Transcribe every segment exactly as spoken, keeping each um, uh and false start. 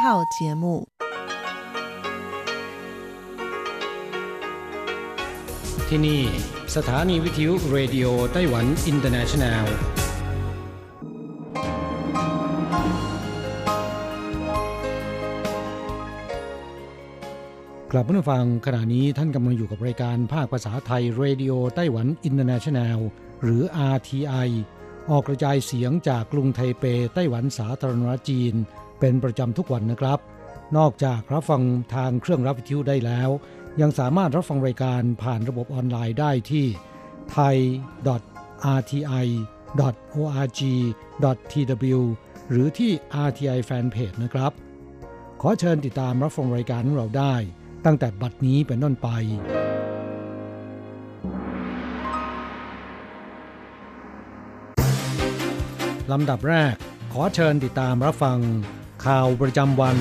套节目ที่นี่สถานีวิทยุเรดิโอไต้หวันอินเตอร์เนชั่นแนลกลับมาฟังขณะนี้ท่านกำลังอยู่กับรายการภาคภาษาไทยเรดิโอไต้หวันอินเตอร์เนชั่นแนลหรือ อาร์ ที ไอ ออกกระจายเสียงจากกรุงไทเปไต้หวันสาธารณรัฐจีนเป็นประจำทุกวันนะครับนอกจากรับฟังทางเครื่องรับวิทยุได้แล้วยังสามารถรับฟังรายการผ่านระบบออนไลน์ได้ที่ ไทย ดอท อาร์ ที ไอ ดอท โอ อาร์ จี ดอท ที ดับเบิลยู หรือที่ อาร์ ที ไอ Fanpage นะครับขอเชิญติดตามรับฟังรายการของเราได้ตั้งแต่บัดนี้เป็นต้นไปลำดับแรกขอเชิญติดตามรับฟังข่าวประจำวัน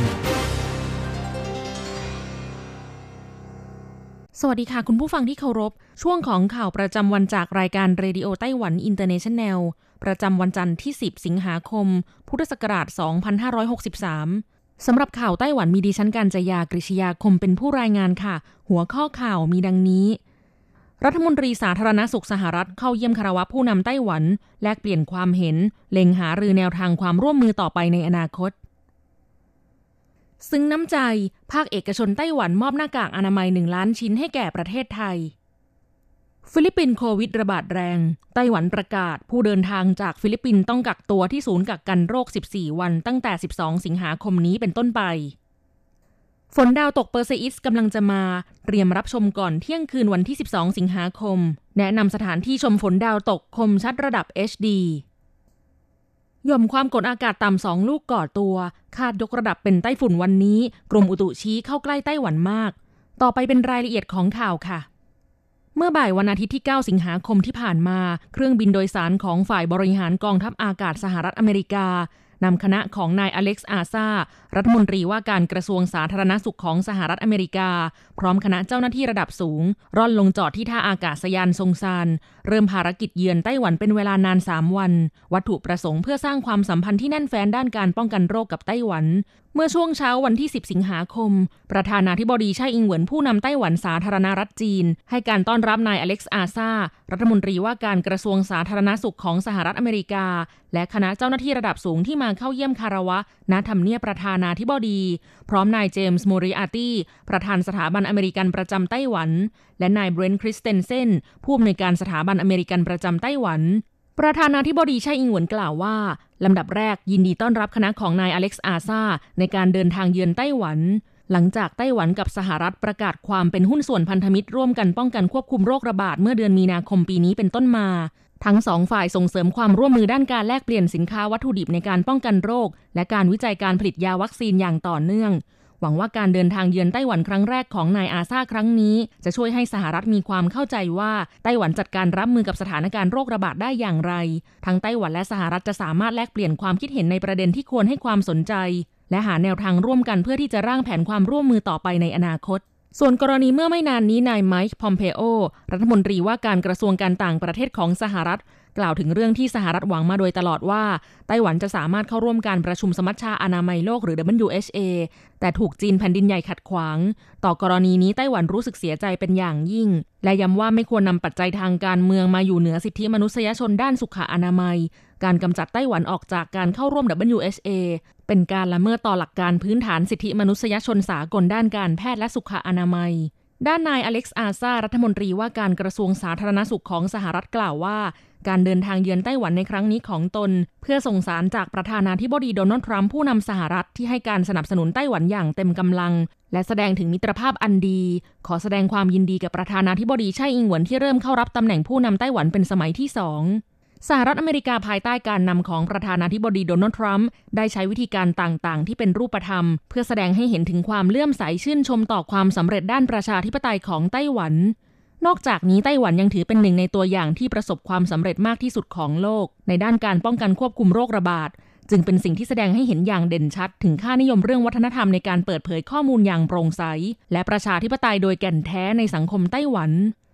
สวัสดีค่ะคุณผู้ฟังที่เคารพช่วงของข่าวประจำวันจากรายการเรดิโอไต้หวันอินเตอร์เนชั่นแนลประจำวันจันทร์ที่สิบสิงหาคมพุทธศักราชสองพันห้าร้อยหกสิบสามสำหรับข่าวไต้หวันมีดิฉันกัญจยากฤษยาคมเป็นผู้รายงานค่ะหัวข้อข่าวมีดังนี้รัฐมนตรีสาธารณสุขสหรัฐเข้าเยี่ยมคารวะผู้นำไต้หวันแลกเปลี่ยนความเห็นเล็งหารือแนวทางความร่วมมือต่อไปในอนาคตซึ่งน้ำใจภาคเอกชนไต้หวันมอบหน้ากากอนามัยหนึ่งล้านชิ้นให้แก่ประเทศไทยฟิลิปปินส์โควิดระบาดแรงไต้หวันประกาศผู้เดินทางจากฟิลิปปินส์ต้องกักตัวที่ศูนย์กักกันโรคสิบสี่วันตั้งแต่สิบสองสิงหาคมนี้เป็นต้นไปฝนดาวตกเปอร์เซอิสกำลังจะมาเตรียมรับชมก่อนเที่ยงคืนวันที่สิบสองสิงหาคมแนะนำสถานที่ชมฝนดาวตกคมชัดระดับ เอช ดี หย่อมความกดอากาศต่ำสองลูกก่อตัวคาดยกระดับเป็นไต้ฝุ่นวันนี้กรมอุตุชี้เข้าใกล้ไต้หวันมากต่อไปเป็นรายละเอียดของข่าวค่ะเมื่อบ่ายวันอาทิตย์ที่เก้าสิงหาคมที่ผ่านมาเครื่องบินโดยสารของฝ่ายบริหารกองทัพอากาศสหรัฐอเมริกานำคณะของนายอเล็กซ์อาซารัฐมนตรีว่าการกระทรวงสาธารณสุขของสหรัฐอเมริกาพร้อมคณะเจ้าหน้าที่ระดับสูงร่อนลงจอดที่ท่าอากาศยานซงซานเริ่มภารกิจเยือนไต้หวันเป็นเวลานานสามวันวัตถุประสงค์เพื่อสร้างความสัมพันธ์ที่แน่นแฟ้นด้านการป้องกันโรคกับไต้หวันเมื่อช่วงเช้าวันที่สิบสิงหาคมประธานาธิบดีไช่อิงเหวินผู้นำไต้หวันสาธารณรัฐจีนให้การต้อนรับนายอเล็กซ์อาซารัฐมนตรีว่าการกระทรวงสาธารณสุขของสหรัฐอเมริกาและคณะเจ้าหน้าที่ระดับสูงที่มาเข้าเยี่ยมคารวะณทำเนียบประธานาธิบดีพร้อมนายเจมส์โมริอาร์ตี้ประธานสถาบันอเมริกันประจำไต้หวันและนายเบรนท์คริสเตนเซนผู้อำนวยการสถาบันอเมริกันประจำไต้หวันประธานาธิบดีไช่อิงเหวินกล่าวว่าลำดับแรกยินดีต้อนรับคณะของนายอเล็กซ์อาซาในการเดินทางเยือนไต้หวันหลังจากไต้หวันกับสหรัฐประกาศความเป็นหุ้นส่วนพันธมิตรร่วมกันป้องกันควบคุมโรคระบาดเมื่อเดือนมีนาคมปีนี้เป็นต้นมาทั้งสองฝ่ายส่งเสริมความร่วมมือด้านการแลกเปลี่ยนสินค้าวัตถุดิบในการป้องกันโรคและการวิจัยการผลิตยาวัคซีนอย่างต่อเนื่องหวังว่าการเดินทางเยือนไต้หวันครั้งแรกของนายอาซาครั้งนี้จะช่วยให้สหรัฐมีความเข้าใจว่าไต้หวันจัดการรับมือกับสถานการณ์โรคระบาดได้อย่างไรทั้งไต้หวันและสหรัฐจะสามารถแลกเปลี่ยนความคิดเห็นในประเด็นที่ควรให้ความสนใจและหาแนวทางร่วมกันเพื่อที่จะร่างแผนความร่วมมือต่อไปในอนาคตส่วนกรณีเมื่อไม่นานนี้นายไมค์พอมเพโอรัฐมนตรีว่าการกระทรวงการต่างประเทศของสหรัฐกล่าวถึงเรื่องที่สหรัฐหวังมาโดยตลอดว่าไต้หวันจะสามารถเข้าร่วมการประชุมสมัชชาอนามัยโลกหรือ ดับเบิลยู เอช เอ แต่ถูกจีนแผ่นดินใหญ่ขัดขวางต่อกรณีนี้ไต้หวันรู้สึกเสียใจเป็นอย่างยิ่งและย้ำว่าไม่ควรนำปัจจัยทางการเมืองมาอยู่เหนือสิทธิมนุษยชนด้านสุขอนามัยการกำจัดไต้หวันออกจากการเข้าร่วม ดับเบิลยู เอช เอ เป็นการละเมิดต่อหลักการพื้นฐานสิทธิมนุษยชนสากลด้านการแพทย์และสุขอนามัยด้านนายอเล็กซ์อาซารัฐมนตรีว่าการกระทรวงสาธารณสุขของสหรัฐกล่าวว่าการเดินทางเยือนไต้หวันในครั้งนี้ของตนเพื่อส่งสารจากประธานาธิบดีโดนัลด์ทรัมป์ผู้นำสหรัฐที่ให้การสนับสนุนไต้หวันอย่างเต็มกำลังและแสดงถึงมิตรภาพอันดีขอแสดงความยินดีกับประธานาธิบดีไช่อิงเหวินที่เริ่มเข้ารับตำแหน่งผู้นำไต้หวันเป็นสมัยที่สองสหรัฐอเมริกาภายใต้การนำของประธานาธิบดีโดนัลด์ทรัมป์ได้ใช้วิธีการต่างๆที่เป็นรูปธรรมเพื่อแสดงให้เห็นถึงความเลื่อมใสชื่นชมต่อความสำเร็จด้านประชาธิปไตยของไต้หวันนอกจากนี้ไต้หวันยังถือเป็นหนึ่งในตัวอย่างที่ประสบความสำเร็จมากที่สุดของโลกในด้านการป้องกันควบคุมโรคระบาดจึงเป็นสิ่งที่แสดงให้เห็นอย่างเด่นชัดถึงค่านิยมเรื่องวัฒนธรรมในการเปิดเผยข้อมูลอย่างโปร่งใสและประชาธิปไตยโดยแก่นแท้ในสังคมไต้หวัน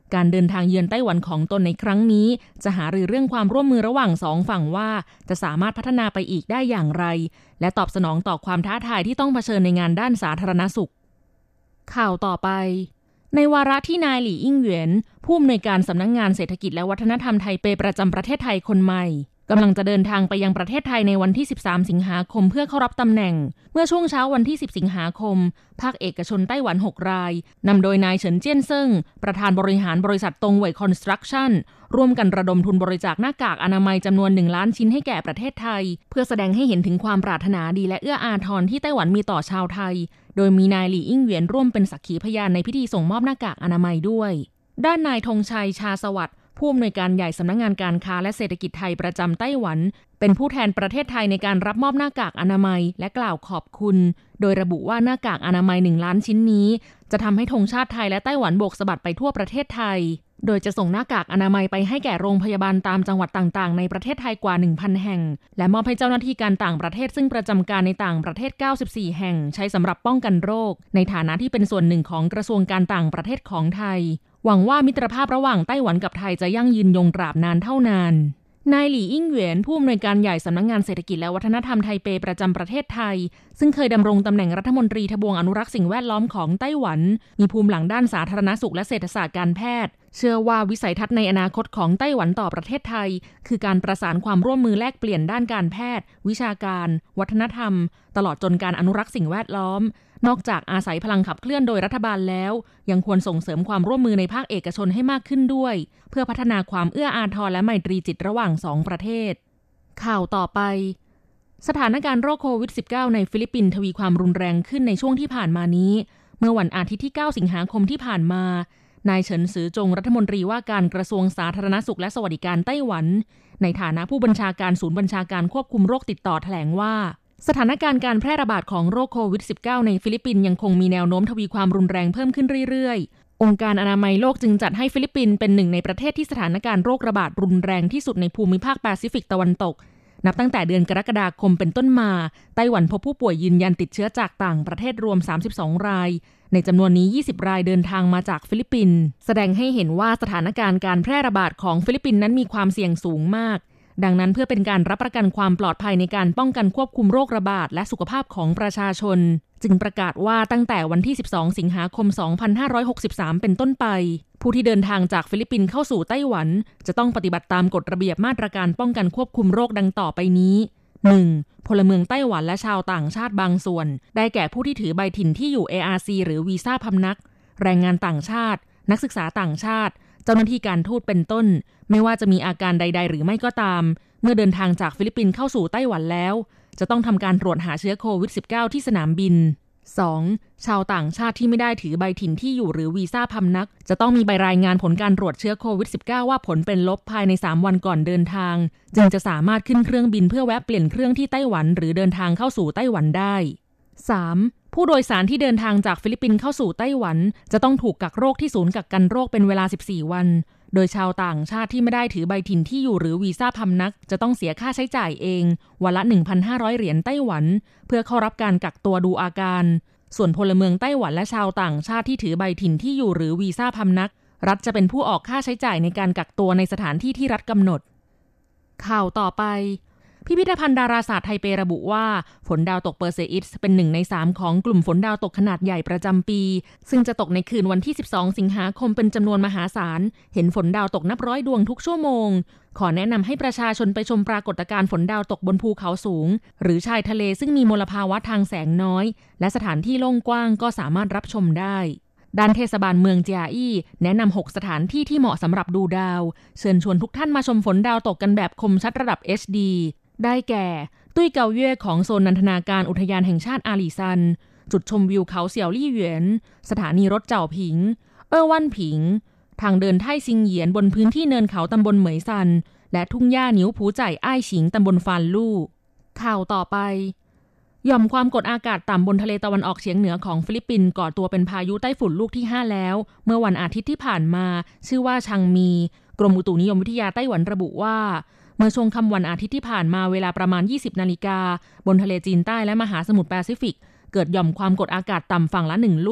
การเดินทางเยือนไต้หวันของตนในครั้งนี้จะหารือเรื่องความร่วมมือระหว่างสองฝั่งว่าจะสามารถพัฒนาไปอีกได้อย่างไรและตอบสนองต่อความท้าทายที่ต้องเผชิญในงานด้านสาธารณสุขข่าวต่อไปในวาระที่นายหลี่อิ่งเหวียนผู้อำนวยการสำนักงานเศรษฐกิจและวัฒนธรรมไทเปประจำประเทศไทยคนใหม่กำลังจะเดินทางไปยังประเทศไทยในวันที่สิบสามสิงหาคมเพื่อเข้ารับตำแหน่งเมื่อช่วงเช้าวันที่สิบสิงหาคมภาคเอกชนไต้หวันหกรายนำโดยนายเฉินเจี้ยนเซิ่งประธานบริหารบริษัทตงเหวยคอนสตรัคชั่นร่วมกันระดมทุนบริจาคหน้ากากอนามัยจำนวนหนึ่งล้านชิ้นให้แก่ประเทศไทยเพื่อแสดงให้เห็นถึงความปรารถนาดีและเอื้ออาทรที่ไต้หวันมีต่อชาวไทยโดยมีนายหลี่อิ่งเหวียนร่วมเป็นสักขีพยานในพิธีส่งมอบหน้ากากอนามัยด้วยด้านนายธงชัยชาสวัสดิ์ผู้อำนวยการใหญ่สำนักงานการค้าและเศรษฐกิจไทยประจำไต้หวันเป็นผู้แทนประเทศไทยในการรับมอบหน้ากากอนามัยและกล่าวขอบคุณโดยระบุว่าหน้ากากอนามัยหนึ่งล้านชิ้นนี้จะทำให้ธงชาติไทยและไต้หวันโบกสะบัดไปทั่วประเทศไทยโดยจะส่งหน้ากากอนามัยไปให้แก่โรงพยาบาลตามจังหวัดต่างๆในประเทศไทยกว่า หนึ่งพัน แห่งและมอบให้เจ้าหน้าที่การต่างประเทศซึ่งประจำการในต่างประเทศเก้าสิบสี่แห่งใช้สำหรับป้องกันโรคในฐานะที่เป็นส่วนหนึ่งของกระทรวงการต่างประเทศของไทยหวังว่ามิตรภาพระหว่างไต้หวันกับไทยจะยั่งยืนยงตราบนานเท่านานนายหลี่อิ่งเหวียนผู้อำนวยการใหญ่สำนักงานเศรษฐกิจและวัฒนธรรมไทเปประจำประเทศไทยซึ่งเคยดำรงตำแหน่งรัฐมนตรีทบวงอนุรักษ์สิ่งแวดล้อมของไต้หวันมีภูมิหลังด้านสาธารณสุขและเศรษฐศาสตร์การแพทย์เชื่อว่าวิสัยทัศน์ในอนาคตของไต้หวันต่อประเทศไทยคือการประสานความร่วมมือแลกเปลี่ยนด้านการแพทย์วิชาการวัฒนธรรมตลอดจนการอนุรักษ์สิ่งแวดล้อมนอกจากอาศัยพลังขับเคลื่อนโดยรัฐบาลแล้วยังควรส่งเสริมความร่วมมือในภาคเอกชนให้มากขึ้นด้วยเพื่อพัฒนาความเอื้ออาทรและไมตรีจิตระหว่างสองประเทศข่าวต่อไปสถานการณ์โรคโควิด สิบเก้า ในฟิลิปปินส์ทวีความรุนแรงขึ้นในช่วงที่ผ่านมานี้เมื่อวันอาทิตย์ที่เก้าสิงหาคมที่ผ่านมานายเฉินซือจงรัฐมนตรีว่าการกระทรวงสาธารณสุขและสวัสดิการไต้หวันในฐานะผู้บัญชาการศูนย์บัญชาการควบคุมโรคติดต่อแถลงว่าสถานการณ์การแพร่ระบาดของโรคโควิด สิบเก้า ในฟิลิปปินส์ยังคงมีแนวโน้มทวีความรุนแรงเพิ่มขึ้นเรื่อยๆองค์การอนามัยโลกจึงจัดให้ฟิลิปปินส์เป็นหนึ่งในประเทศที่สถานการณ์โรคระบาดรุนแรงที่สุดในภูมิภาคแปซิฟิกตะวันตกนับตั้งแต่เดือนกรกฎาคมเป็นต้นมาไต้หวันพบผู้ป่วยยืนยันติดเชื้อจากต่างประเทศรวมสามสิบสองรายในจำนวนนี้ยี่สิบรายเดินทางมาจากฟิลิปปินส์แสดงให้เห็นว่าสถานการณ์การแพร่ระบาดของฟิลิปปินส์นั้นมีความเสี่ยงสูงมากดังนั้นเพื่อเป็นการรับประกันความปลอดภัยในการป้องกันควบคุมโรคระบาดและสุขภาพของประชาชนจึงประกาศว่าตั้งแต่วันที่สิบสองสิงหาคมสองพันห้าร้อยหกสิบสามเป็นต้นไปผู้ที่เดินทางจากฟิลิปปินส์เข้าสู่ไต้หวันจะต้องปฏิบัติตามกฎระเบียบมาตรการป้องกันควบคุมโรคดังต่อไปนี้ หนึ่ง พลเมืองไต้หวันและชาวต่างชาติบางส่วนได้แก่ผู้ที่ถือใบถิ่นที่อยู่ เอ อาร์ ซี หรือวีซ่าพำนักแรงงานต่างชาตินักศึกษาต่างชาติเจ้าหน้าที่การทูตเป็นต้นไม่ว่าจะมีอาการใดๆหรือไม่ก็ตามเมื่อเดินทางจากฟิลิปปินส์เข้าสู่ไต้หวันแล้วจะต้องทำการตรวจหาเชื้อโควิด สิบเก้า ที่สนามบิน สอง ชาวต่างชาติที่ไม่ได้ถือใบถิ่นที่อยู่หรือวีซ่าพำนักจะต้องมีใบรายงานผลการตรวจเชื้อโควิด สิบเก้า ว่าผลเป็นลบภายในสามวันก่อนเดินทางจึงจะสามารถขึ้นเครื่องบินเพื่อแวะเปลี่ยนเครื่องที่ไต้หวันหรือเดินทางเข้าสู่ไต้หวันได้ สาม ผู้โดยสารที่เดินทางจากฟิลิปปินส์เข้าสู่ไต้หวันจะต้องถูกกักโรคที่ศูนย์กักกันโรคเป็นเวลาสิบสี่วันโดยชาวต่างชาติที่ไม่ได้ถือใบถิ่นที่อยู่หรือวีซ่าพำนักจะต้องเสียค่าใช้จ่ายเองวันละ หนึ่งพันห้าร้อย เหรียญไต้หวันเพื่อเข้ารับการกักตัวดูอาการส่วนพลเมืองไต้หวันและชาวต่างชาติที่ถือใบถิ่นที่อยู่หรือวีซ่าพำนักรัฐจะเป็นผู้ออกค่าใช้จ่ายในการกักตัวในสถานที่ที่รัฐกำหนดข่าวต่อไปพิพิธภัณฑ์ดาราศาสตร์ไทเประบุว่าฝนดาวตกเปอร์เซอิสเป็นหนึ่งในสามของกลุ่มฝนดาวตกขนาดใหญ่ประจำปีซึ่งจะตกในคืนวันที่สิบสองสิงหาคมเป็นจำนวนมหาศาลเห็นฝนดาวตกนับร้อยดวงทุกชั่วโมงขอแนะนำให้ประชาชนไปชมปรากฏการณ์ฝนดาวตกบนภูเขาสูงหรือชายทะเลซึ่งมีมลภาวะทางแสงน้อยและสถานที่โล่งกว้างก็สามารถรับชมได้ด้านเทศบาลเมืองเจียอี้แนะนำหกสถานที่ที่เหมาะสำหรับดูดาวเชิญชวนทุกท่านมาชมฝนดาวตกกันแบบคมชัดระดับ เอช ดี ได้แก่ตุ้ยเกาเย่ของโซนนันทนาการอุทยานแห่งชาติอาหลีซันจุดชมวิวเขาเสี่ยวลี่เหวียนสถานีรถเจ้าผิงเอ้อวันผิงทางเดินไท่ซิงเหยียนบนพื้นที่เนินเขาตำบลเหมยซันและทุ่งหญ้านิ้วผูใจายอ้ายฉิงตำบลฟานลู่ข่าวต่อไปหย่อมความกดอากาศต่ำบนทะเลตะวันออกเฉียงเหนือของฟิลิปปินส์ก่อตัวเป็นพายุไต้ฝุ่นลูกที่ห้าแล้วเมื่อวันอาทิตย์ที่ผ่านมาชื่อว่าชังมีกรมอุตุนิยมวิทยาไต้หวันระบุว่าเมื่อช่วงค่ำวันอาทิตย์ที่ผ่านมาเวลาประมาณยี่สิบนาฬิกาบนทะเลจีนใต้และมหาสมุทรแปซิฟิกเกิดหย่อมความกดอากาศต่ำฝั่งละหนึ่งลูก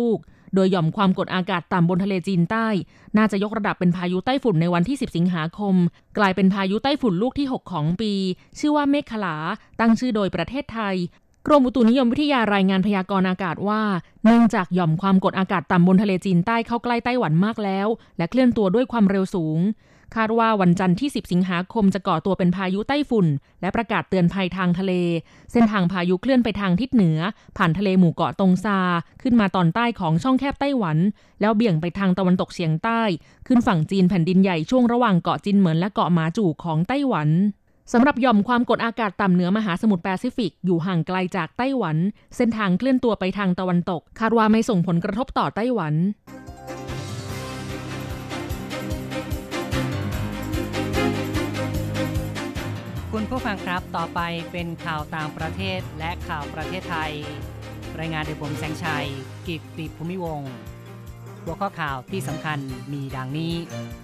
โดยหย่อมความกดอากาศต่ำบนทะเลจีนใต้น่าจะยกระดับเป็นพายุไต้ฝุ่นในวันที่สิบสิงหาคมกลายเป็นพายุไต้ฝุ่นลูกที่หกของปีชื่อว่าเมฆขลาตั้งชื่อโดยประเทศไทยกรมอุตุนิยมวิทยารายงานพยากรณ์อากาศว่าเนื่องจากหย่อมความกดอากาศต่ำบนทะเลจีนใต้เข้าใกล้ไต้หวันมากแล้วและเคลื่อนตัวด้วยความเร็วสูงคาดว่าวันจันทร์ที่สิบสิงหาคมจะก่อตัวเป็นพายุไต้ฝุ่นและประกาศเตือนภัยทางทะเลเส้นทางพายุเคลื่อนไปทางทิศเหนือผ่านทะเลหมู่เกาะตงซาขึ้นมาตอนใต้ของช่องแคบไต้หวันแล้วเบี่ยงไปทางตะวันตกเฉียงใต้ขึ้นฝั่งจีนแผ่นดินใหญ่ช่วงระหว่างเกาะจินเหมินและเกาะหมาจู่ของไต้หวันสำหรับหย่อมความกดอากาศต่ำเหนือมหาสมุทรแปซิฟิกอยู่ห่างไกลจากไต้หวันเส้นทางเคลื่อนตัวไปทางตะวันตกคาดว่าไม่ส่งผลกระทบต่อไต้หวันคุณผู้ฟังครับต่อไปเป็นข่าวต่างประเทศและข่าวประเทศไทยรายงานโดยผมแสงชัยกิตติภูมิวงศ์หัวข้อข่าวที่สำคัญมีดังนี้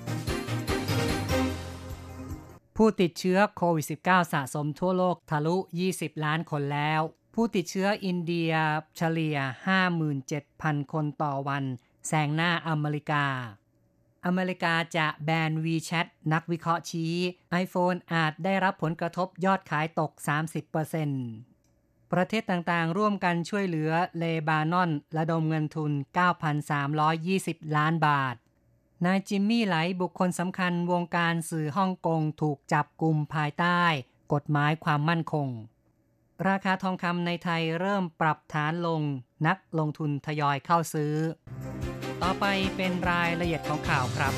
ผู้ติดเชื้อโควิด สิบเก้า สะสมทั่วโลกทะลุยี่สิบล้านคนแล้วผู้ติดเชื้ออินเดียเฉลี่ย ห้าหมื่นเจ็ดพัน คนต่อวันแซงหน้าอเมริกาอเมริกาจะแบน WeChat นักวิเคราะห์ชี้ iPhone อาจได้รับผลกระทบยอดขายตก สามสิบเปอร์เซ็นต์ ประเทศต่างๆร่วมกันช่วยเหลือเลบานอนระดมเงินทุน เก้าพันสามร้อยยี่สิบ ล้านบาทนายจิมมี่ไหลบุคคลสำคัญวงการสื่อฮ่องกงถูกจับกุมภายใต้กฎหมายความมั่นคงราคาทองคำในไทยเริ่มปรับฐานลงนักลงทุนทยอยเข้าซื้อต่อไปเป็นรายละเอียดของข่าวครับ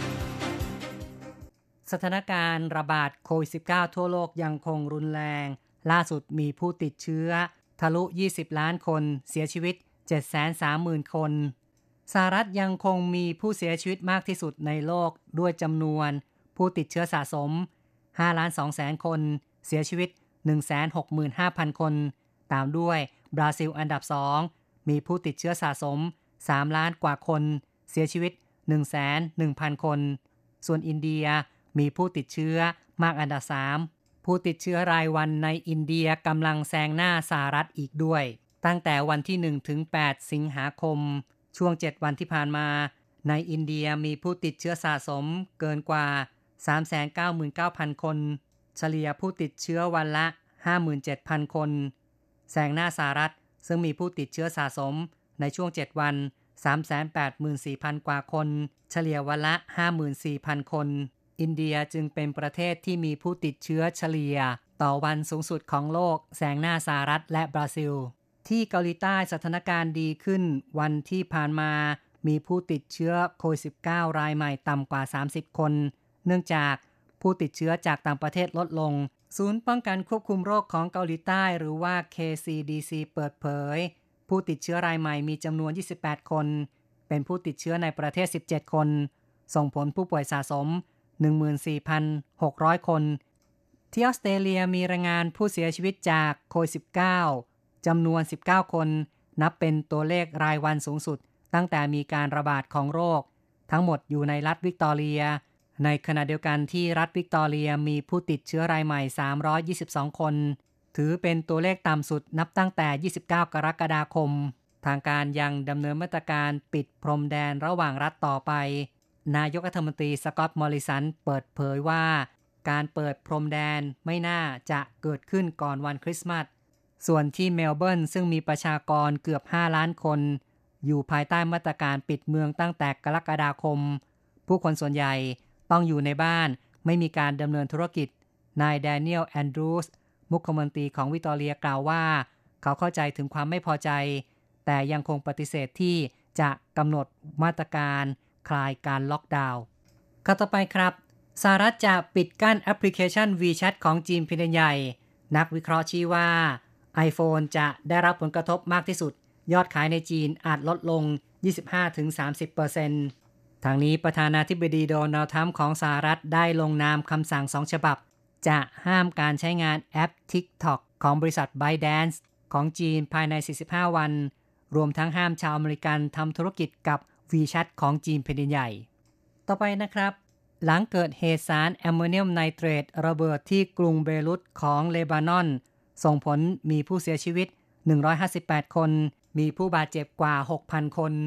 สถานการณ์ระบาดโควิด สิบเก้า ทั่วโลกยังคงรุนแรงล่าสุดมีผู้ติดเชื้อทะลุยี่สิบล้านคนเสียชีวิต เจ็ดแสนสามหมื่น คนสหรัฐยังคงมีผู้เสียชีวิตมากที่สุดในโลกด้วยจำนวนผู้ติดเชื้อสะสม ห้าล้านสองแสน คนเสียชีวิต หนึ่งแสนหกหมื่นห้าพัน คนตามด้วยบราซิลอันดับสองมีผู้ติดเชื้อสะสมสามล้านกว่าคนเสียชีวิต หนึ่งแสนหนึ่งพัน คนส่วนอินเดียมีผู้ติดเชื้อมากอันดับสามผู้ติดเชื้อรายวันในอินเดียกำลังแซงหน้าสหรัฐอีกด้วยตั้งแต่วันที่หนึ่งถึงแปดสิงหาคมช่วงเจ็ดวันที่ผ่านมาในอินเดียมีผู้ติดเชื้อสะสมเกินกว่า สามแสนเก้าหมื่นเก้าพัน คนเฉลี่ยผู้ติดเชื้อวันละ ห้าหมื่นเจ็ดพัน คนแซงหน้าสหรัฐซึ่งมีผู้ติดเชื้อสะสมในช่วงเจ็ดวัน สามแสนแปดหมื่นสี่พัน กว่าคนเฉลี่ยวันละ ห้าหมื่นสี่พัน คนอินเดียจึงเป็นประเทศที่มีผู้ติดเชื้อเฉลี่ยต่อวันสูงสุดของโลกแซงหน้าสหรัฐและบราซิลที่เกาหลีใต้สถานการณ์ดีขึ้นวันที่ผ่านมามีผู้ติดเชื้อโควิด สิบเก้า รายใหม่ต่ำกว่าสามสิบคนเนื่องจากผู้ติดเชื้อจากต่างประเทศลดลงศูนย์ป้องกันควบคุมโรคของเกาหลีใต้หรือว่า เค ซี ดี ซี เปิดเผยผู้ติดเชื้อรายใหม่มีจำนวนยี่สิบแปดคนเป็นผู้ติดเชื้อในประเทศสิบเจ็ดคนส่งผลผู้ป่วยสะสม หนึ่งหมื่นสี่พันหกร้อย คนที่ออสเตรเลียมีรายงานผู้เสียชีวิตจากโควิด สิบเก้า จำนวนสิบเก้าคนนับเป็นตัวเลขรายวันสูงสุดตั้งแต่มีการระบาดของโรคทั้งหมดอยู่ในรัฐวิกตอเรียในขณะเดียวกันที่รัฐวิกตอเรียมีผู้ติดเชื้อรายใหม่สามร้อยยี่สิบสองคนถือเป็นตัวเลขต่ำสุดนับตั้งแต่ยี่สิบเก้ากรกฎาคมทางการยังดำเนินมาตรการปิดพรมแดนระหว่างรัฐต่อไปนายกรัฐมนตรีสก็อตต์มอริสันเปิดเผยว่าการเปิดพรมแดนไม่น่าจะเกิดขึ้นก่อนวันคริสต์มาสส่วนที่เมลเบิร์นซึ่งมีประชากรเกือบห้าล้านคนอยู่ภายใต้มาตรการปิดเมืองตั้งแต่กรกฎาคมผู้คนส่วนใหญ่ต้องอยู่ในบ้านไม่มีการดำเนินธุรกิจนายแดเนียลแอนดรูสมุขมนตรีของวิกตอเรียกล่าวว่าเขาเข้าใจถึงความไม่พอใจแต่ยังคงปฏิเสธที่จะกำหนดมาตรการคลายการล็อกดาวน์ข้อต่อไปครับสหรัฐจะปิดกั้นแอปพลิเคชัน WeChat ของจีนเพียงใหญ่นักวิเคราะห์ชี้ว่า iPhone จะได้รับผลกระทบมากที่สุดยอดขายในจีนอาจลดลง ยี่สิบห้าถึงสามสิบเปอร์เซ็นต์ ทางนี้ประธานาธิบดีโดนัลด์ทรัมป์ของสหรัฐได้ลงนามคำสั่งสองฉบับจะห้ามการใช้งานแอป TikTok ของบริษัท ByteDance ของจีนภายในสี่สิบห้าวันรวมทั้งห้ามชาวอเมริกันทำธุรกิจกับ WeChat ของจีนแผ่นดินใหญ่ต่อไปนะครับหลังเกิดเหตุสารแอมโมเนียมไนเตรตระเบิดที่กรุงเบรุตของเลบานอนส่งผลมีผู้เสียชีวิตหนึ่งร้อยห้าสิบแปดคนมีผู้บาดเจ็บกว่า หกพัน คน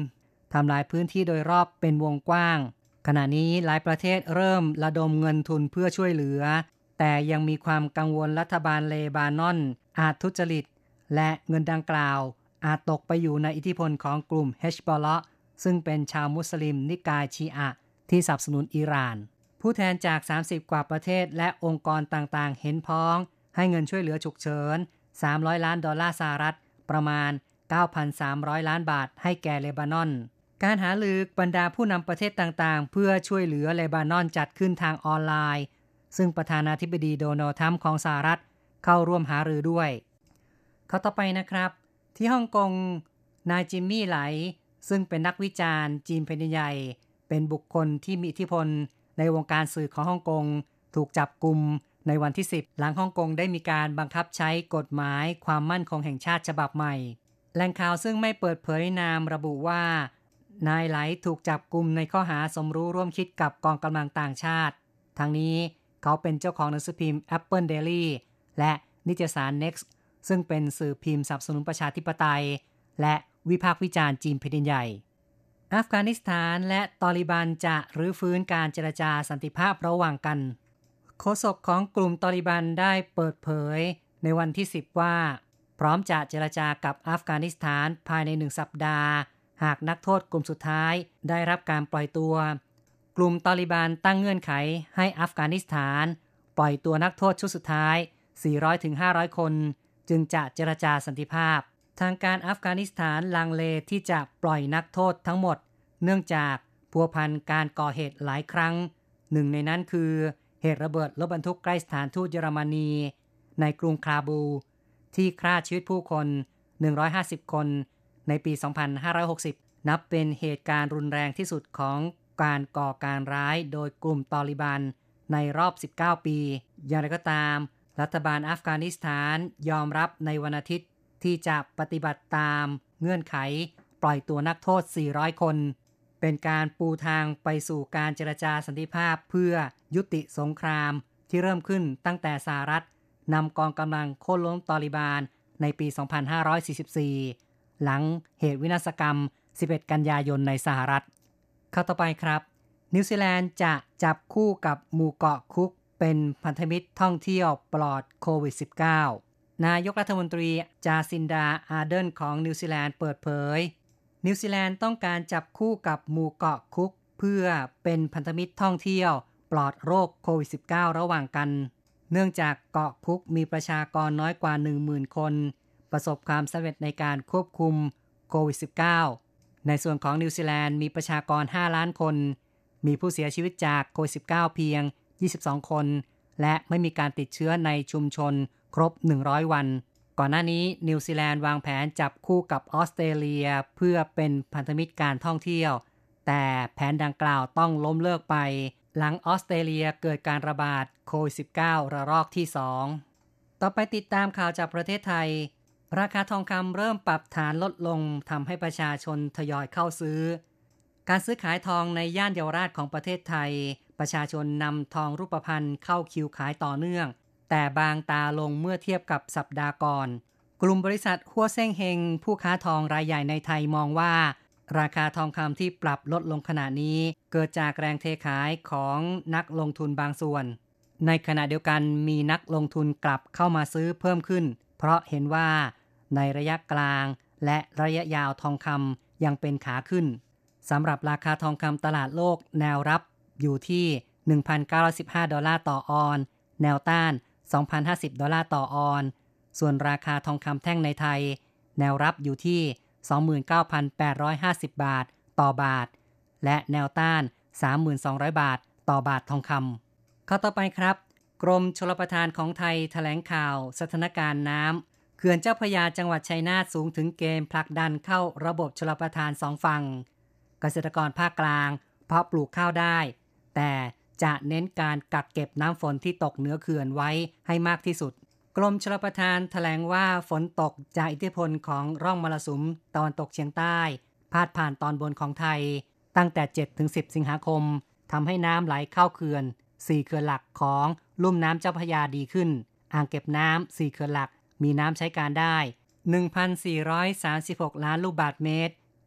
ทำลายพื้นที่โดยรอบเป็นวงกว้างขณะนี้หลายประเทศเริ่มระดมเงินทุนเพื่อช่วยเหลือแต่ยังมีความกังวลรัฐบาลเลบานอนอาจทุจริตและเงินดังกล่าวอาจตกไปอยู่ในอิทธิพลของกลุ่มเฮชบอลเลาะห์ซึ่งเป็นชาวมุสลิมนิกายชีอะห์ที่สนับสนุนอิหร่านผู้แทนจากสามสิบกว่าประเทศและองค์กรต่างๆเห็นพ้องให้เงินช่วยเหลือฉุกเฉินสามร้อยล้านดอลลาร์สหรัฐประมาณ เก้าพันสามร้อย ล้านบาทให้แก่เลบานอนการหารือบรรดาผู้นำประเทศต่างๆเพื่อช่วยเหลือเลบานอนจัดขึ้นทางออนไลน์ซึ่งประธานาธิบดีโดนัลด์ทรัมป์ของสหรัฐเข้าร่วมหารือด้วยข้อต่อไปนะครับที่ฮ่องกงนายจิมมี่ไหลซึ่งเป็นนักวิจารณ์จีนแผ่นดินใหญ่เป็นบุคคลที่มีอิทธิพลในวงการสื่อของฮ่องกงถูกจับกุมในวันที่สิบหลังฮ่องกงได้มีการบังคับใช้กฎหมายความมั่นคงแห่งชาติฉบับใหม่แหล่งข่าวซึ่งไม่เปิดเผยนามระบุว่านายไหลถูกจับกุมในข้อหาสมรู้ร่วมคิดกับกองกำลังต่างชาติทั้งนี้เขาเป็นเจ้าของหนังสือพิมพ์ Apple Daily และนิตยสาร Next ซึ่งเป็นสื่อพิมพ์สนับสนุนประชาธิปไตยและวิพากษ์วิจารณ์จีนแผ่นดินใหญ่อัฟกานิสถานและตอลิบันจะรื้อฟื้นการเจรจาสันติภาพระหว่างกันโฆษกของกลุ่มตอลิบันได้เปิดเผยในวันที่สิบว่าพร้อมจะเจรจากับอัฟกานิสถานภายในหนึ่งสัปดาห์หากนักโทษกลุ่มสุดท้ายได้รับการปล่อยตัวกลุ่มตอลิบันตั้งเงื่อนไขให้อัฟกานิสถานปล่อยตัวนักโทษชุดสุดท้าย สี่ร้อยถึงห้าร้อย คนจึงจะเจรจาสันติภาพทางการอัฟกานิสถานลังเลที่จะปล่อยนักโทษทั้งหมดเนื่องจากพัวพันการก่อเหตุหลายครั้งหนึ่งในนั้นคือเหตุระเบิดรถบรรทุกใกล้สถานทูตเยอรมนีในกรุงคาบูที่ฆ่าชีวิตผู้คนหนึ่งร้อยห้าสิบคนในปี สองพันห้าร้อยหกสิบ นับเป็นเหตุการณ์รุนแรงที่สุดของการก่อการร้ายโดยกลุ่มตอลิบันในรอบสิบเก้าปีอย่างไรก็ตามรัฐบาลอัฟกานิสถานยอมรับในวันอาทิตย์ที่จะปฏิบัติตามเงื่อนไขปล่อยตัวนักโทษสี่ร้อยคนเป็นการปูทางไปสู่การเจรจาสันติภาพเพื่อยุติสงครามที่เริ่มขึ้นตั้งแต่สหรัฐนำกองกำลังโค่นล้มตอลิบันในปี สองพันห้าร้อยสี่สิบสี่ หลังเหตุวินาศกรรม สิบเอ็ด กันยายนในสหรัฐข้อต่อไปครับนิวซีแลนด์จะจับคู่กับหมู่เกาะคุกเป็นพันธมิตรท่องเที่ยวปลอดโควิด สิบเก้า นายกรัฐมนตรีจาซินดาอาร์เดนของนิวซีแลนด์เปิดเผยนิวซีแลนด์ต้องการจับคู่กับหมู่เกาะคุกเพื่อเป็นพันธมิตรท่องเที่ยวปลอดโรคโควิด สิบเก้า ระหว่างกันเนื่องจากเกาะคุกมีประชากรน้อยกว่า หนึ่งหมื่น คนประสบความสำเร็จในการควบคุมโควิด สิบเก้า ในส่วนของนิวซีแลนด์มีประชากรห้าล้านคนมีผู้เสียชีวิตจากโควิด สิบเก้า เพียงยี่สิบสองคนและไม่มีการติดเชื้อในชุมชนครบหนึ่งร้อยวันก่อนหน้านี้นิวซีแลนด์วางแผนจับคู่กับออสเตรเลียเพื่อเป็นพันธมิตรการท่องเที่ยวแต่แผนดังกล่าวต้องล้มเลิกไปหลังออสเตรเลียเกิดการระบาดโควิด สิบเก้า ระลอกที่สองต่อไปติดตามข่าวจากประเทศไทยราคาทองคำเริ่มปรับฐานลดลงทำให้ประชาชนทยอยเข้าซื้อการซื้อขายทองในย่านเยาวราชของประเทศไทยประชาชนนำทองรูปพรรณเข้าคิวขายต่อเนื่องแต่บางตาลงเมื่อเทียบกับสัปดาห์ก่อนกลุ่มบริษัทฮั่วเซ่งเฮงผู้ค้าทองรายใหญ่ในไทยมองว่าราคาทองคำที่ปรับลดลงขณะนี้เกิดจากแรงเทขายของนักลงทุนบางส่วนในขณะเดียวกันมีนักลงทุนกลับเข้ามาซื้อเพิ่มขึ้นเพราะเห็นว่าในระยะกลางและระยะยาวทองคำยังเป็นขาขึ้นสำหรับราคาทองคำตลาดโลกแนวรับอยู่ที่ หนึ่งพันเก้าร้อยสิบห้า ดอลลาร์ต่อออนซ์แนวต้าน สองพันห้าสิบ ดอลลาร์ต่อออนซ์ส่วนราคาทองคำแท่งในไทยแนวรับอยู่ที่ สองหมื่นเก้าพันแปดร้อยห้าสิบ บาทต่อบาทและแนวต้าน สามพันสองร้อย บาทต่อบาททองคำข้อต่อไปครับกรมชลประทานของไทยแถลงข่าวสถานการณ์น้ำเขื่อนเจ้าพระยาจังหวัดชัยนาทสูงถึงเกณฑ์ผลักดันเข้าระบบชลประทานสองฝั่งเกษตรกรภาคกลางเพาะปลูกข้าวได้แต่จะเน้นการกักเก็บน้ำฝนที่ตกเหนือเขื่อนไว้ให้มากที่สุดกรมชลประทานแถลงว่าฝนตกจากอิทธิพลของร่องมรสุมตะวันตกเฉียงใต้พาดผ่านตอนบนของไทยตั้งแต่ เจ็ดถึงสิบ สิงหาคมทำให้น้ำไหลเข้าเขื่อนสี่เขื่อนหลักของลุ่มน้ำเจ้าพระยาดีขึ้นอ่างเก็บน้ำสี่เขื่อนหลักมีน้ำใช้การได้ หนึ่งพันสี่ร้อยสามสิบหก ล้านลูกบาศก์เมตร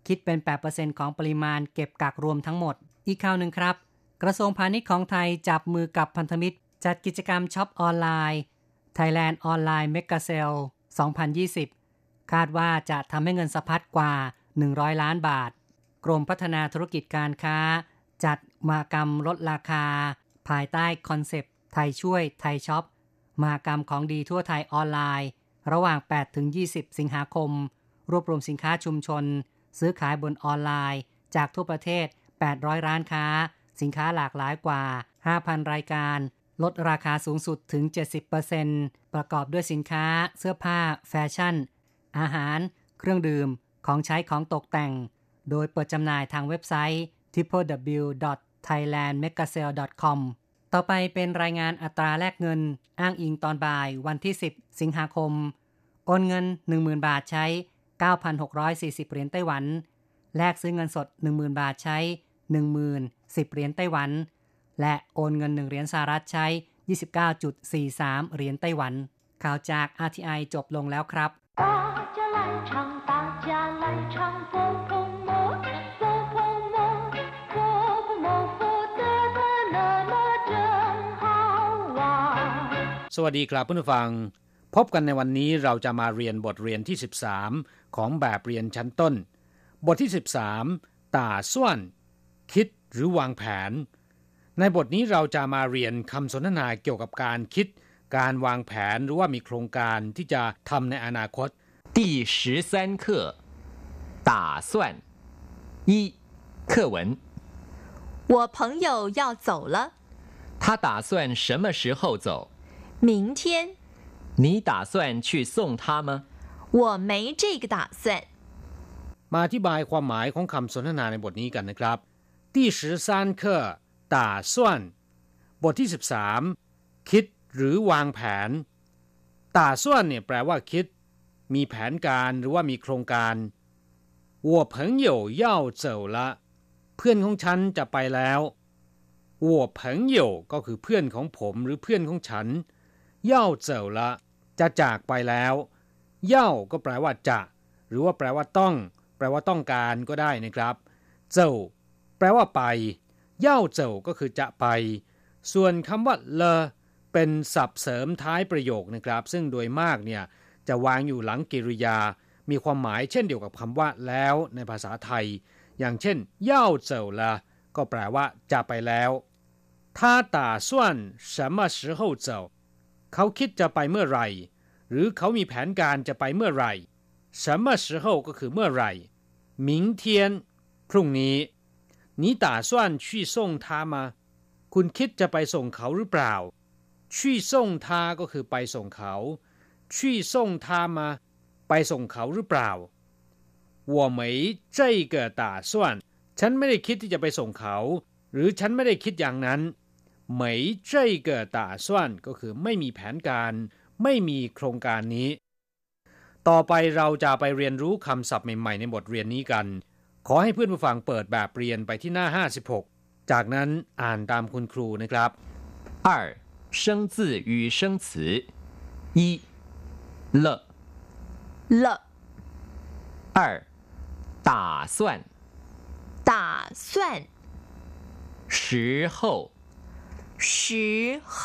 คิดเป็น แปดเปอร์เซ็นต์ ของปริมาณเก็บกักรวมทั้งหมดอีกข่าวหนึ่งครับกระทรวงพาณิชย์ของไทยจับมือกับพันธมิตรจัดกิจกรรมช็อปออนไลน์ Thailand Online Mega Sale สองพันยี่สิบคาดว่าจะทำให้เงินสะพัดกว่าหนึ่งร้อยล้านบาทกรมพัฒนาธุรกิจการค้าจัดมหกรรมลดราคาภายใต้คอนเซปต์ไทยช่วยไทยช็อปมหกรรมของดีทั่วไทยออนไลน์ระหว่าง แปดถึงยี่สิบ สิงหาคมรวบรวมสินค้าชุมชนซื้อขายบนออนไลน์จากทั่วประเทศแปดร้อยร้านค้าสินค้าหลากหลายกว่า ห้าพัน รายการลดราคาสูงสุดถึง เจ็ดสิบเปอร์เซ็นต์ ประกอบด้วยสินค้าเสื้อผ้าแฟชั่นอาหารเครื่องดื่มของใช้ของตกแต่งโดยเปิดจำหน่ายทางเว็บไซต์ ดับเบิลยู ดับเบิลยู ดับเบิลยู ดอท ไทยแลนด์ เมกาเซล ดอท คอม ต่อไปเป็นรายงานอัตราแลกเงินอ้างอิงตอนบ่ายวันที่สิบสิงหาคมโอนเงิน หนึ่งหมื่น บาทใช้ เก้าพันหกร้อยสี่สิบ เหรียญไต้หวันแลกซื้อเงินสด หนึ่งหมื่น บาทใช้ หนึ่งหมื่นสิบ เหรียญไต้หวันและโอนเงินหนึ่งเหรียญสหรัฐใช้ ยี่สิบเก้าจุดสี่สาม เหรียญไต้หวันข่าวจาก อาร์ ที ไอ จบลงแล้วครับสวัสดีครับผู้ฟังพบกันในวันนี้เราจะมาเรียนบทเรียนที่สิบสามของแบบเรียนชั้นต้นบทที่สิบสามต่าส่วนคิดหรือวางแผนในบทนี้เราจะมาเรียนคำสนทนาเกี่ยวกับการคิดการวางแผนหรือว่ามีโครงการที่จะทำในอนาคต第十三课打算一课文我朋友要走了他打算什么时候走明天你打算去送他吗我没这个打算มาอธิบายความหมายของคำสนทนาในบทนี้กันนะครับ第十三课打算บทที่สิบสามคิดหรือวางแผน打算เนี่ยแปลว่าคิดมีแผนการหรือว่ามีโครงการ我朋友要走了เพื่อนของฉันจะไปแล้ว我朋友ก็คือเพื่อนของผมหรือเพื่อนของฉัน要走了จะจากไปแล้ว要ก็แปลว่าจะหรือว่าแปลว่าต้องแปลว่าต้องการก็ได้นะครับเจ้าแปลว่าไป要走ก็คือจะไปส่วนคำว่าเลเป็นศัพท์เสริมท้ายประโยคนะครับซึ่งโดยมากเนี่ยจะวางอยู่หลังกริยามีความหมายเช่นเดียวกับคำว่าแล้วในภาษาไทยอย่างเช่น要走了ก็แปลว่าจะไปแล้ว他打算什么时候走เขาคิดจะไปเมื่อไหร่หรือเขามีแผนการจะไปเมื่อไหร่什么时候ก็คือเมื่อไหร่明天พรุ่งนี้你打算去送他吗คุณคิดจะไปส่งเขาหรือเปล่า去送他ก็คือไปส่งเขา去送他吗ไปส่งเขาหรือเปล่า我没这个打算ฉันไม่ได้คิดที่จะไปส่งเขาหรือฉันไม่ได้คิดอย่างนั้น没这个打算ก็คือไม่มีแผนการไม่มีโครงการนี้ต่อไปเราจะไปเรียนรู้คำศัพท์ใหม่ๆในบทเรียนนี้กันขอให้เพื่อนผู้ฟังเปิดแบบเรียนไปที่หน้าห้าสิบหกจากนั้นอ่านตามคุณครูนะครับ二生字与生词一了了二打算打算时候时候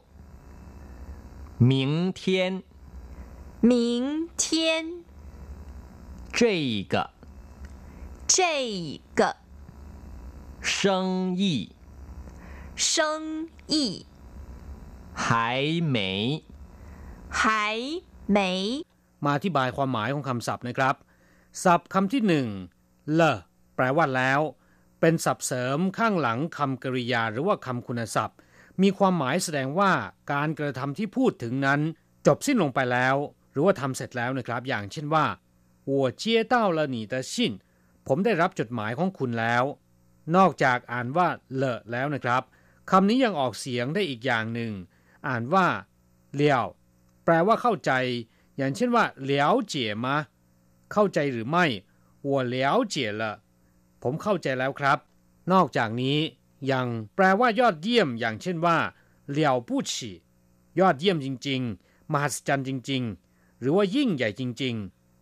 明天明天这个这个生意生意还没还没มาอธิบายความหมายของคำศัพท์นะครับศัพท์คำที่หนึ่งเลแปลว่าแล้วเป็นศัพท์เสริมข้างหลังคำกริยาหรือว่าคำคุณศัพท์มีความหมายแสดงว่าการกระทำที่พูดถึงนั้นจบสิ้นลงไปแล้วหรือว่าทำเสร็จแล้วนะครับอย่างเช่นว่า我接到了你的信ผมได้รับจดหมายของคุณแล้วนอกจากอ่านว่าเลแล้วนะครับคำนี้ยังออกเสียงได้อีกอย่างหนึ่งอ่านว่าเลี้ยวแปลว่าเข้าใจอย่างเช่นว่า了解吗เข้าใจหรือไม่我了解了ผมเข้าใจแล้วครับนอกจากนี้ยังแปลว่ายอดเยี่ยมอย่างเช่นว่า了不起ยอดเยี่ยมจริงๆมหัศจรรย์จริงๆหรือว่ายิ่งใหญ่จริงๆ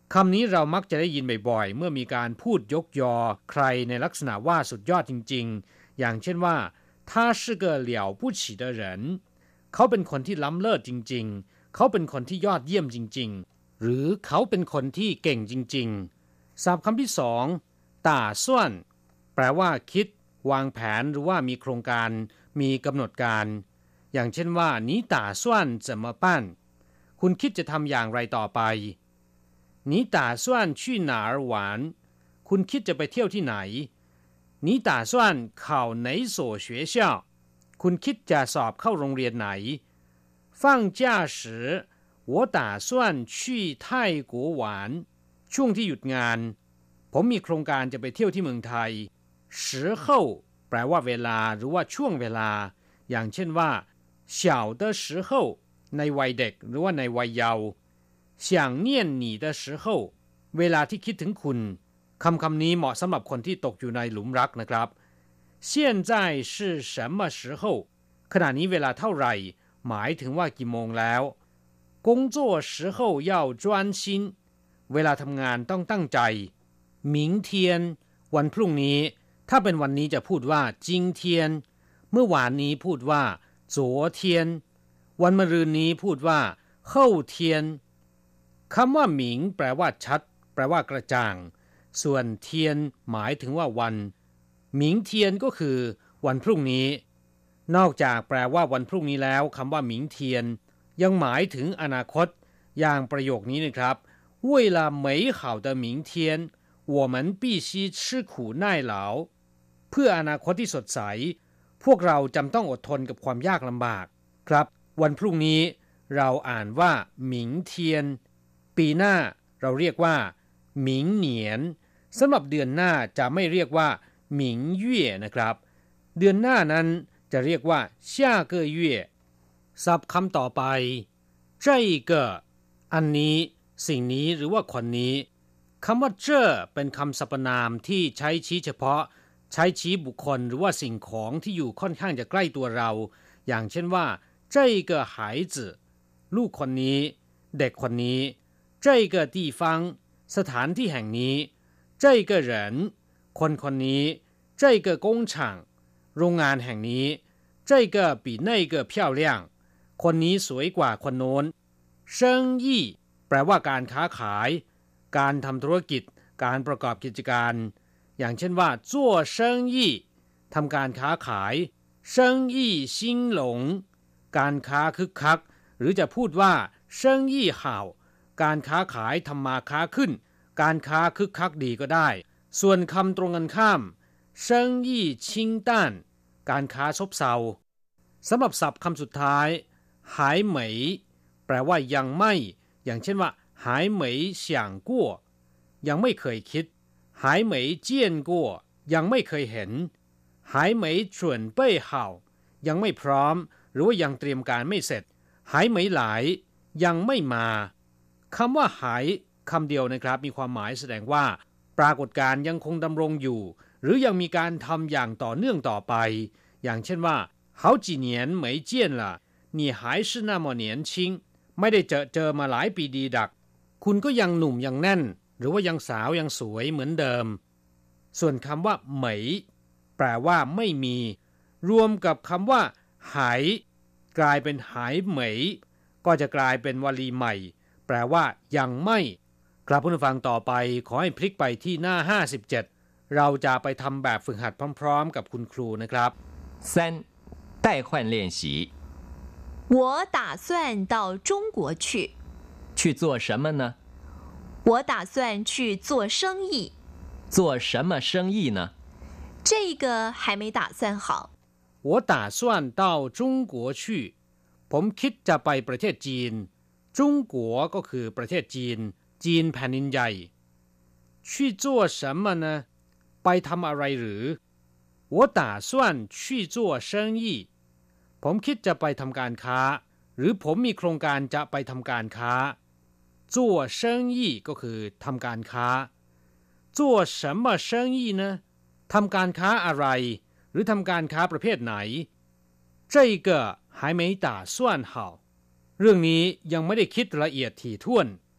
คำนี้เรามักจะได้ยินบ่อยๆเมื่อมีการพูดยกยอใครในลักษณะว่าสุดยอดจริงๆอย่างเช่นว่า他是个了不起的人เขาเป็นคนที่ล้ำเลิศจริงๆเขาเป็นคนที่ยอดเยี่ยมจริงๆหรือเขาเป็นคนที่เก่งจริงๆศัพท์คำที่สองต่าส่วนแปลว่าคิดวางแผนหรือว่ามีโครงการมีกำหนดการอย่างเช่นว่า你打算怎么办คุณคิดจะทำอย่างไรต่อไป你打算去哪儿玩คุณคิดจะไปเที่ยวที่ไหน你打算考哪所学校คุณคิดจะสอบเข้าโรงเรียนไหน放假时我打算去泰国玩ช่วงที่หยุดงานผมมีโครงการจะไปเที่ยวที่เมืองไทย时候แปลว่าเวลาหรือว่าช่วงเวลาอย่างเช่นว่า小的时候ในวัยเด็กหรือว่าในวัยเยาว์想念你的时候เวลาที่คิดถึงคุณคำคำนี้เหมาะสำหรับคนที่ตกอยู่ในหลุมรักนะครับ现在是什么时候ขณะนี้เวลาเท่าไหร่หมายถึงว่ากี่โมงแล้ว工作时候要专心เวลาทำงานต้องตั้งใจ明天วันพรุ่งนี้ถ้าเป็นวันนี้จะพูดว่า今天เมื่อวานนี้พูดว่า昨天วันมะรืนนี้พูดว่า后天คำว่าหมิงแปลว่าชัดแปลว่ากระจ่างส่วนเทียนหมายถึงว่าวันหมิงเทียนก็คือวันพรุ่งนี้นอกจากแปลว่าวันพรุ่งนี้แล้วคำว่าหมิงเทียนยังหมายถึงอนาคตอย่างประโยคนี้นะครับ为了美好的明天我们必须吃苦耐劳เพื่ออนาคตที่สดใสพวกเราจำต้องอดทนกับความยากลำบากครับวันพรุ่งนี้เราอ่านว่าหมิงเทียนปีหน้าเราเรียกว่าหมิงเหนียนสำหรับเดือนหน้าจะไม่เรียกว่าหมิงเย่นะครับเดือนหน้านั้นจะเรียกว่า下个月ศัพท์คำต่อไป这个อันนี้สิ่งนี้หรือว่าคนนี้คำว่าเจ้อเป็นคำสรรพนามที่ใช้ชี้เฉพาะใช้ชี้บุคคลหรือว่าสิ่งของที่อยู่ค่อนข้างจะใกล้ตัวเราอย่างเช่นว่า这个孩子ลูกคนนี้เด็กคนนี้这个地方สถานที่แห่งนี้这个人คนคนนี้这个工厂โรงงานแห่งนี้这个比那个漂亮คนนี้สวยกว่าคนโน้น生意แปลว่าการค้าขายการทำธุรกิจการประกอบกิจการอย่างเช่นว่า做生意ทำการค้าขาย生意兴隆การค้าคึกคักหรือจะพูดว่า生意好การค้าขายทำมาค้าขึ้นการค้าคึกคักดีก็ได้ส่วนคำตรงกันข้าม生意清淡การค้าซบเซาสำหรับศัพท์คำสุดท้ายหายเหมยแปลว่ายังไม่อย่างเช่นว่าหายเหมย想过ยังไม่เคยคิดหายเหมย见过ยังไม่เคยเห็นหายเหมย准备好ยังไม่พร้อมหรือว่ายังเตรียมการไม่เสร็จหายเหมยหลายยังไม่มาคำว่าหายคำเดียวนะครับมีความหมายแสดงว่าปรากฏการณ์ยังคงดำรงอยู่หรือยังมีการทำอย่างต่อเนื่องต่อไปอย่างเช่นว่า好几年没见了你还是那么年轻ไม่ได้เจอเจอมาหลายปีดีดักคุณก็ยังหนุ่มยังแน่นหรือว่ายังสาวยังสวยเหมือนเดิมส่วนคำว่าเหมยแปลว่าไม่มีรวมกับคำว่าหายกลายเป็นหายเหมยก็จะกลายเป็นวลีใหม่แปลว่ายังไม่ครับผู้ฟังต่อไปขอให้พลิกไปที่หน้าห้าสิบเจ็ดเราจะไปทำแบบฝึกหัดพร้อมๆกับคุณครูนะครับ三代换练习我打算到中国去去做什么呢我打算去做生意做什么生意呢这个还没打算好我打算到中国去ผมคิดจะไปประเทศจีนจงกัวก็คือประเทศจีนจีนแผ่นดินใหญ่去做什么呢ไปทำอะไรหรือ我打算去做生意ผมคิดจะไปทำการค้าหรือผมมีโครงการจะไปทำการค้า做生意ก็คือทำการค้า做什么生意呢ทำการค้าอะไรหรือทำการค้าประเภทไหน这个还没打算好เรื่องนี้ยังไม่ได้คิดละเอียดถี่ถ้วน还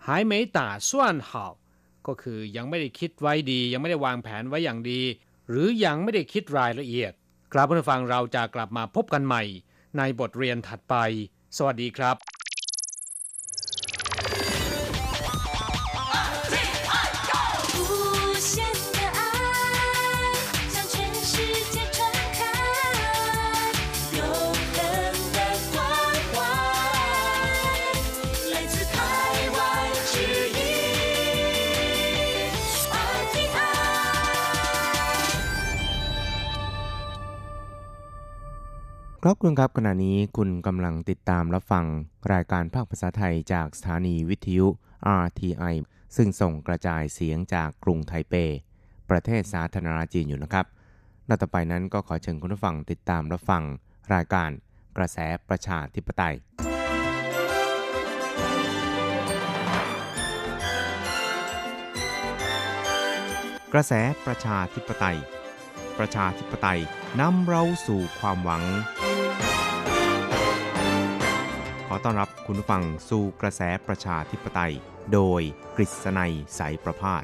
还没打算好ก็คือยังไม่ได้คิดไว้ดียังไม่ได้วางแผนไว้อย่างดีหรือยังไม่ได้คิดรายละเอียดครับผู้ฟังเราจะกลับมาพบกันใหม่ในบทเรียนถัดไปสวัสดีครับครับคุณครับขณะนี้คุณกำลังติดตามรับฟังรายการภาคภาษาไทยจากสถานีวิทยุ อาร์ ที ไอ ซึ่งส่งกระจายเสียงจากกรุงไทเปประเทศสาธารณรัฐจีนอยู่นะครับและต่อไปนั้นก็ขอเชิญคุณผู้ฟังติดตามรับฟังรายการกระแสประชาธิปไตยกระแสประชาธิปไตยประชาธิปไตยนำเราสู่ความหวังขอต้อนรับคุณผู้ฟังสู่กระแสประชาธิปไตยโดยกฤษณัยสายประภาส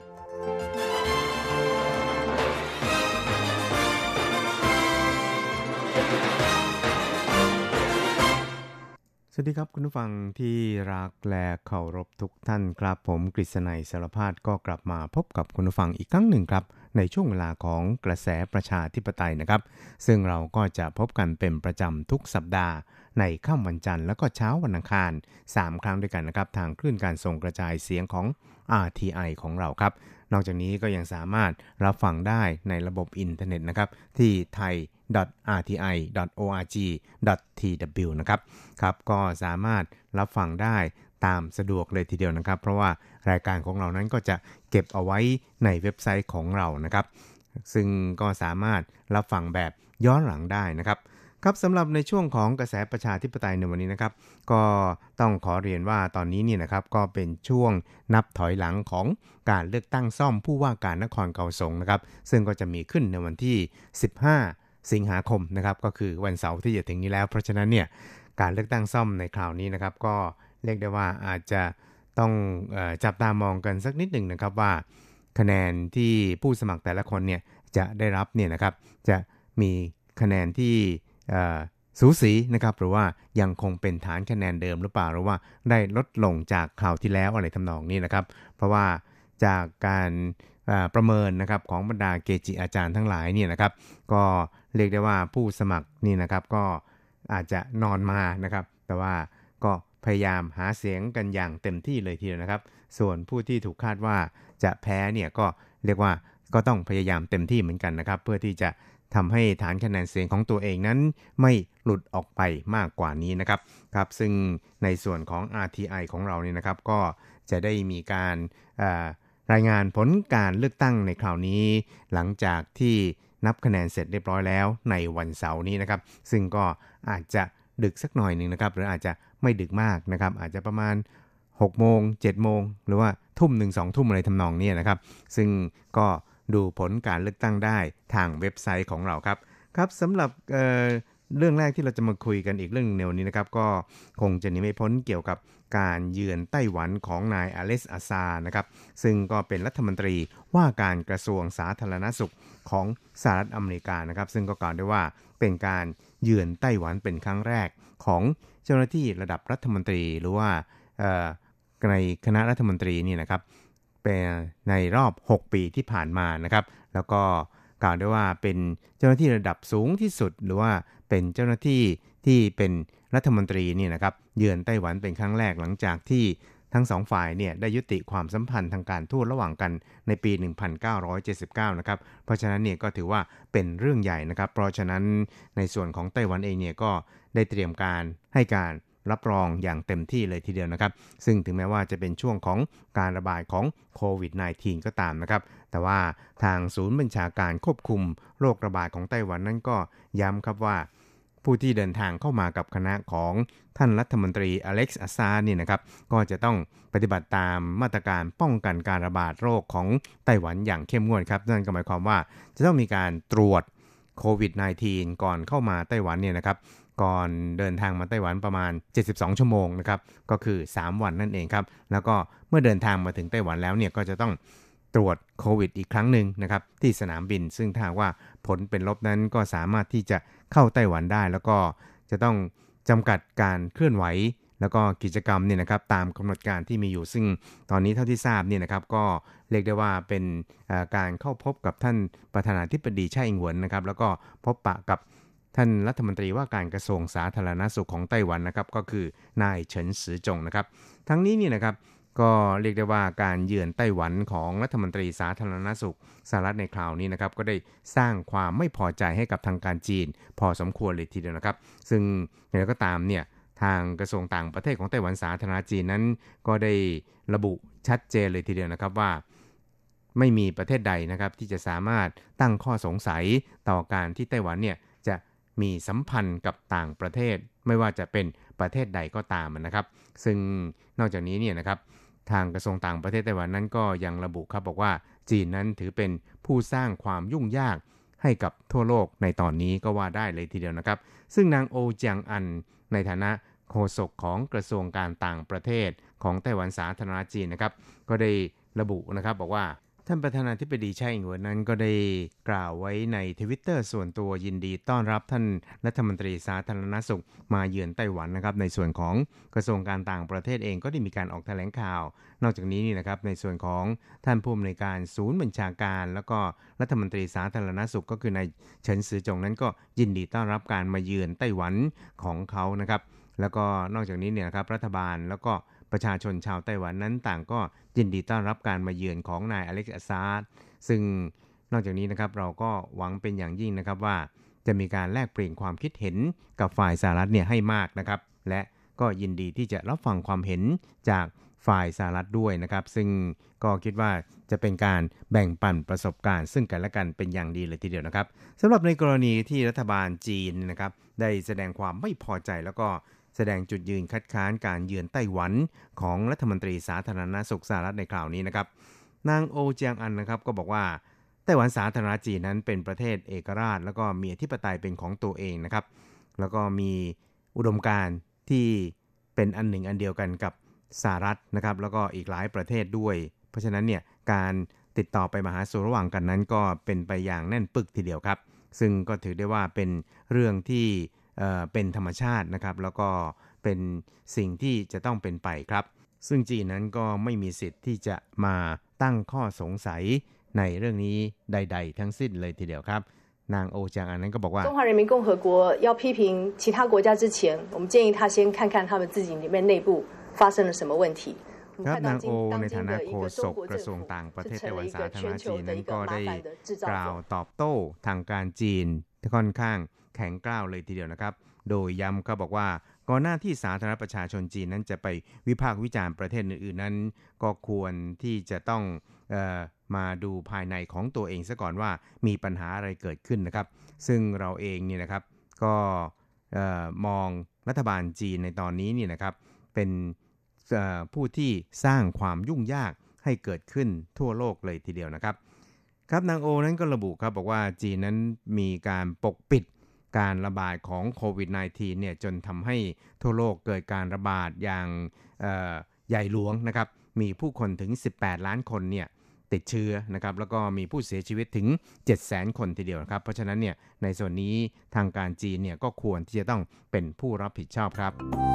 สวัสดีครับคุณผู้ฟังที่รักและเคารพทุกท่านครับผมกฤษณัยสารพาดก็กลับมาพบกับคุณผู้ฟังอีกครั้งหนึ่งครับในช่วงเวลาของกระแสประชาธิปไตยนะครับซึ่งเราก็จะพบกันเป็นประจำทุกสัปดาห์ในค่ำวันจันทร์และก็เช้าวันอังคารสามครั้งด้วยกันนะครับทางคลื่นการส่งกระจายเสียงของ อาร์ ที ไอ ของเราครับนอกจากนี้ก็ยังสามารถรับฟังได้ในระบบอินเทอร์เน็ตนะครับที่ ไทย ดอท อาร์ ที ไอ ดอท โอ อาร์ จี ดอท ที ดับเบิลยู นะครับครับก็สามารถรับฟังได้ตามสะดวกเลยทีเดียวนะครับเพราะว่ารายการของเรานั้นก็จะเก็บเอาไว้ในเว็บไซต์ของเรานะครับซึ่งก็สามารถรับฟังแบบย้อนหลังได้นะครับครับสำหรับในช่วงของกระแสประชาธิปไตยในวันนี้นะครับก็ต้องขอเรียนว่าตอนนี้เนี่ยนะครับก็เป็นช่วงนับถอยหลังของการเลือกตั้งซ่อมผู้ว่าการนครเกาสงนะครับซึ่งก็จะมีขึ้นในวันที่สิบห้าสิงหาคมนะครับก็คือวันเสาร์ที่จะถึงนี้แล้วเพราะฉะนั้นเนี่ยการเลือกตั้งซ่อมในคราวนี้นะครับก็เรียกได้ว่าอาจจะต้องเอ่อจับตามองกันสักนิดหนึ่งนะครับว่าคะแนนที่ผู้สมัครแต่ละคนเนี่ยจะได้รับเนี่ยนะครับจะมีคะแนนที่สูสีนะครับหรือว่ายังคงเป็นฐานคะแนนเดิมหรือเปล่าหรือว่าได้ลดลงจากคราวที่แล้วอะไรทำนองนี้นะครับเพราะว่าจากการประเมินนะครับของบรรดาเกจิอาจารย์ทั้งหลายเนี่ยนะครับก็เรียกได้ว่าผู้สมัครนี่นะครับก็อาจจะนอนมานะครับแต่ว่าก็พยายามหาเสียงกันอย่างเต็มที่เลยทีเดียวนะครับส่วนผู้ที่ถูกคาดว่าจะแพ้เนี่ยก็เรียกว่าก็ต้องพยายามเต็มที่เหมือนกันนะครับเพื่อที่จะทำให้ฐานคะแนนเสียงของตัวเองนั้นไม่หลุดออกไปมากกว่านี้นะครับครับซึ่งในส่วนของ อาร์ ที ไอ ของเราเนี่ยนะครับก็จะได้มีการรายงานผลการเลือกตั้งในคราวนี้หลังจากที่นับคะแนนเสร็จเรียบร้อยแล้วในวันเสาร์นี้นะครับซึ่งก็อาจจะดึกสักหน่อยนึงนะครับหรืออาจจะไม่ดึกมากนะครับอาจจะประมาณหกโมงเจ็ดโมงหรือว่าทุ่มหนึ่งสองทุ่มอะไรทำนองนี้นะครับซึ่งก็ดูผลการเลือกตั้งได้ทางเว็บไซต์ของเราครับครับสำหรับ เอ่อ เรื่องแรกที่เราจะมาคุยกันอีกเรื่องนึงในวันนี้นะครับก็คงจะหนีไม่พ้นเกี่ยวกับการเยือนไต้หวันของนายอเล็กซ์อาซานะครับซึ่งก็เป็นรัฐมนตรีว่าการกระทรวงสาธารณสุขของสหรัฐอเมริกานะครับซึ่งก็กล่าวได้ว่าเป็นการเยือนไต้หวันเป็นครั้งแรกของเจ้าหน้าที่ระดับรัฐมนตรีหรือว่าในคณะรัฐมนตรีนี่นะครับเป็นในรอบหกปีที่ผ่านมานะครับแล้วก็กล่าวได้ว่าเป็นเจ้าหน้าที่ระดับสูงที่สุดหรือว่าเป็นเจ้าหน้าที่ที่เป็นรัฐมนตรีนี่นะครับเยือนไต้หวันเป็นครั้งแรกหลังจากที่ทั้งสองฝ่ายเนี่ยได้ยุติความสัมพันธ์ทางการทูตระหว่างกันในปีหนึ่งพันเก้าร้อยเจ็ดสิบเก้านะครับเพราะฉะนั้นเนี่ยก็ถือว่าเป็นเรื่องใหญ่นะครับเพราะฉะนั้นในส่วนของไต้หวันเองเนี่ยก็ได้เตรียมการให้การรับรองอย่างเต็มที่เลยทีเดียวนะครับซึ่งถึงแม้ว่าจะเป็นช่วงของการระบาดของโควิด สิบเก้า ก็ตามนะครับแต่ว่าทางศูนย์บัญชาการควบคุมโรคระบาดของไต้หวันนั้นก็ย้ำครับว่าผู้ที่เดินทางเข้ามากับคณะของท่านรัฐมนตรีอเล็กซ์อาซานี่นะครับก็จะต้องปฏิบัติตามมาตรการป้องกันการระบาดโรคของไต้หวันอย่างเข้มงวดครับนั่นก็หมายความว่าจะต้องมีการตรวจโควิด สิบเก้า ก่อนเข้ามาไต้หวันเนี่ยนะครับก่อนเดินทางมาไต้หวันประมาณเจ็ดสิบสองชั่วโมงนะครับก็คือสามวันนั่นเองครับแล้วก็เมื่อเดินทางมาถึงไต้หวันแล้วเนี่ยก็จะต้องตรวจโควิดอีกครั้งหนึ่งนะครับที่สนามบินซึ่งถ้าว่าผลเป็นลบนั้นก็สามารถที่จะเข้าไต้หวันได้แล้วก็จะต้องจำกัดการเคลื่อนไหวแล้วก็กิจกรรมเนี่ยนะครับตามกำหนดการที่มีอยู่ซึ่งตอนนี้เท่าที่ทราบเนี่ยนะครับก็เรียกได้ว่าเป็นการเข้าพบกับท่านประธานาธิบดีไช่อิงเหวินนะครับแล้วก็พบปะกับท่านรัฐมนตรีว่าการกระทรวงสาธารณสุขของไต้หวันนะครับก็คือนายเฉินซือจงนะครับทั้งนี้นี่นะครับก็เรียกได้ว่าการเยือนไต้หวันของรัฐมนตรีสาธารณสุขสหรัฐในคราวนี้นะครับก็ได้สร้างความไม่พอใจให้กับทางการจีนพอสมควรเลยทีเดียวนะครับซึ่งอย่างไรก็ตามเนี่ยทางกระทรวงต่างประเทศของไต้หวันสาธารณจีนนั้นก็ได้ระบุชัดเจนเลยทีเดียวนะครับว่าไม่มีประเทศใดนะครับที่จะสามารถตั้งข้อสงสัยต่อการที่ไต้หวันเนี่ยจะมีสัมพันธ์กับต่างประเทศไม่ว่าจะเป็นประเทศใดก็ตามนะครับซึ่งนอกจากนี้เนี่ยนะครับทางกระทรวงต่างประเทศไต้หวันนั้นก็ยังระบุครับบอกว่าจีนนั้นถือเป็นผู้สร้างความยุ่งยากให้กับทั่วโลกในตอนนี้ก็ว่าได้เลยทีเดียวนะครับซึ่งนางโอเจียงอันในฐานะโฆษกของกระทรวงการต่างประเทศของไต้หวันสาธารณจีนนะครับก็ได้ระบุนะครับบอกว่าท่านประธานาธิบดีไช่อิงเหวินนั้นก็ได้กล่าวไว้ใน Twitter ส่วนตัวยินดีต้อนรับท่านรัฐมนตรีสาธารณสุขมาเยือนไต้หวันนะครับในส่วนของกระทรวงการต่างประเทศเองก็ได้มีการออกแถลงข่าวนอกจากนี้นี่นะครับในส่วนของท่านผู้อำนวยการศูนย์บัญชาการแล้วก็รัฐมนตรีสาธารณสุขก็คือนายเฉินซือจงนั้นก็ยินดีต้อนรับการมาเยือนไต้หวันของเขานะครับแล้วก็นอกจากนี้เนี่ยนะครับรัฐบาลแล้วก็ประชาชนชาวไต้หวันนั้นต่างก็ยินดีต้อนรับการมาเยือนของนายอเล็กซ์ อาซาดซึ่งนอกจากนี้นะครับเราก็หวังเป็นอย่างยิ่งนะครับว่าจะมีการแลกเปลี่ยนความคิดเห็นกับฝ่ายสหรัฐเนี่ยให้มากนะครับและก็ยินดีที่จะรับฟังความเห็นจากฝ่ายสหรัฐด้วยนะครับซึ่งก็คิดว่าจะเป็นการแบ่งปันประสบการณ์ซึ่งกันและกันเป็นอย่างดีเลยทีเดียวนะครับสำหรับในกรณีที่รัฐบาลจีนนะครับได้แสดงความไม่พอใจแล้วก็แสดงจุดยืนคัดค้านการเยือนไต้หวันของรัฐมนตรีสาธารณสุขสหรัฐในคราวนี้นะครับนางโอเจียงอันนะครับก็บอกว่าไต้หวันสาธารณจีนนั้นเป็นประเทศเอกราชแล้วก็มีอธิปไตยเป็นของตัวเองนะครับแล้วก็มีอุดมการณ์ที่เป็นอันหนึ่งอันเดียวกันกับสหรัฐนะครับแล้วก็อีกหลายประเทศด้วยเพราะฉะนั้นเนี่ยการติดต่อไปมาหาสู่ระหว่างกันนั้นก็เป็นไปอย่างแน่นปึกทีเดียวครับซึ่งก็ถือได้ว่าเป็นเรื่องที่เอ่อเป็นธรรมชาตินะครับแล้วก็เป็นสิ่งที่จะต้องเป็นไปครับซึ่งจีนนั้นก็ไม่มีสิทธิ์ที่จะมาตั้งข้อสงสัยในเรื่องนี้ใดๆทั้งสิ้นเลยทีเดียวครับนางโอเจียงอันนั้นก็บอกว่า中华人民共和国要批评其他国家之前我们建议他先看看他们自己里面内部发生了什么问题ครับนางโอในฐานะโฆษกกระทรวงต่างประเทศไต้หวันสาธารณจีนนั้นก็ได้กล่าวตอบโต้ทางการจีนที่ค่อนข้างแข็งกร้าวเลยทีเดียวนะครับโดยย้ำก็บอกว่าก่อนหน้าที่สาธารณประชาชนจีนนั้นจะไปวิพากษ์วิจารณ์ประเทศอื่นๆนั้นก็ควรที่จะต้องเอ่อมาดูภายในของตัวเองซะก่อนว่ามีปัญหาอะไรเกิดขึ้นนะครับซึ่งเราเองเนี่ยนะครับก็เอ่อมองรัฐบาลจีนในตอนนี้เนี่ยนะครับเป็นผู้ที่สร้างความยุ่งยากให้เกิดขึ้นทั่วโลกเลยทีเดียวนะครับครับนางโอนั้นก็ระบุครับบอกว่าจีนนั้นมีการปกปิดการระบาดของโควิด สิบเก้า เนี่ยจนทำให้ทั่วโลกเกิดการระบาดอย่างใหญ่หลวงนะครับมีผู้คนถึงสิบแปดล้านคนเนี่ยติดเชื้อนะครับแล้วก็มีผู้เสียชีวิตถึง เจ็ดแสน คนทีเดียวนะครับเพราะฉะนั้นเนี่ยในส่วนนี้ทางการจีนเนี่ยก็ควรที่จะต้องเป็นผู้รับผิดชอบครับ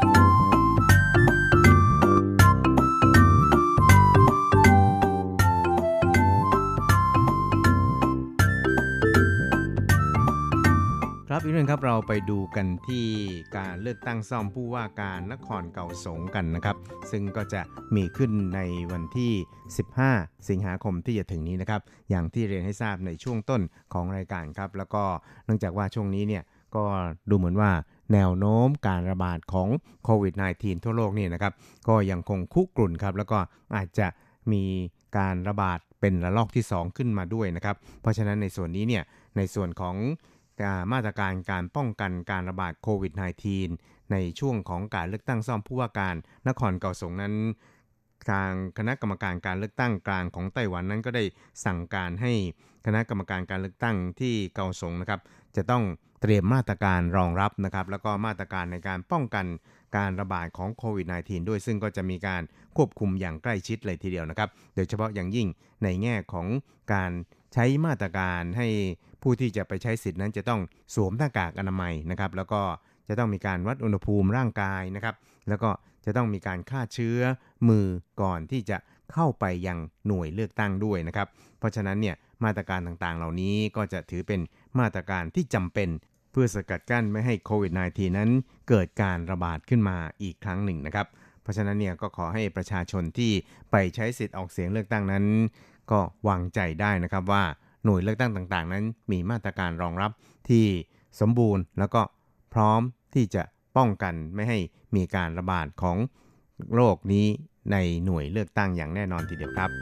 ครับอีกเรื่องครับเราไปดูกันที่การเลือกตั้งซ่อมผู้ว่าการนครเก่าสงกันนะครับซึ่งก็จะมีขึ้นในวันที่สิบห้าสิงหาคมที่จะถึงนี้นะครับอย่างที่เรียนให้ทราบในช่วงต้นของรายการครับแล้วก็เนื่องจากว่าช่วงนี้เนี่ยก็ดูเหมือนว่าแนวโน้มการระบาดของโควิด สิบเก้า ทั่วโลกนี่นะครับก็ยังคงคุกรุ่นครับแล้วก็อาจจะมีการระบาดเป็นระลอกที่สองขึ้นมาด้วยนะครับเพราะฉะนั้นในส่วนนี้เนี่ยในส่วนของมาตรการการป้องกันการระบาดโควิด สิบเก้า ในช่วงของการเลือกตั้งซ่อมผู้ว่าการนครเก่าสงนั้นทางคณะกรรมการการเลือกตั้งกลางของไต้หวันนั้นก็ได้สั่งการให้คณะกรรมการการเลือกตั้งที่เกาสงนะครับจะต้องเตรียมมาตรการรองรับนะครับแล้วก็มาตรการในการป้องกันการระบาดของโควิด สิบเก้า ด้วยซึ่งก็จะมีการควบคุมอย่างใกล้ชิดเลยทีเดียวนะครับโดยเฉพาะอย่างยิ่งในแง่ของการใช้มาตรการให้ผู้ที่จะไปใช้สิทธินั้นจะต้องสวมหน้ากากอนามัยนะครับแล้วก็จะต้องมีการวัดอุณหภูมิร่างกายนะครับแล้วก็จะต้องมีการฆ่าเชื้อมือก่อนที่จะเข้าไปยังหน่วยเลือกตั้งด้วยนะครับเพราะฉะนั้นเนี่ยมาตรการต่างๆเหล่านี้ก็จะถือเป็นมาตรการที่จำเป็นเพื่อสกัดกั้นไม่ให้โควิด สิบเก้า นั้นเกิดการระบาดขึ้นมาอีกครั้งหนึ่งนะครับเพราะฉะนั้นเนี่ยก็ขอให้ประชาชนที่ไปใช้สิทธิ์ออกเสียงเลือกตั้งนั้นก็วางใจได้นะครับว่าหน่วยเลือกตั้งต่างๆนั้นมีมาตรการรองรับที่สมบูรณ์แล้วก็พร้อมที่จะป้องกันไม่ให้มีการระบาดของโรคนี้ในหน่วยเลือกตั้งอย่างแน่นอนทีเดียวครับ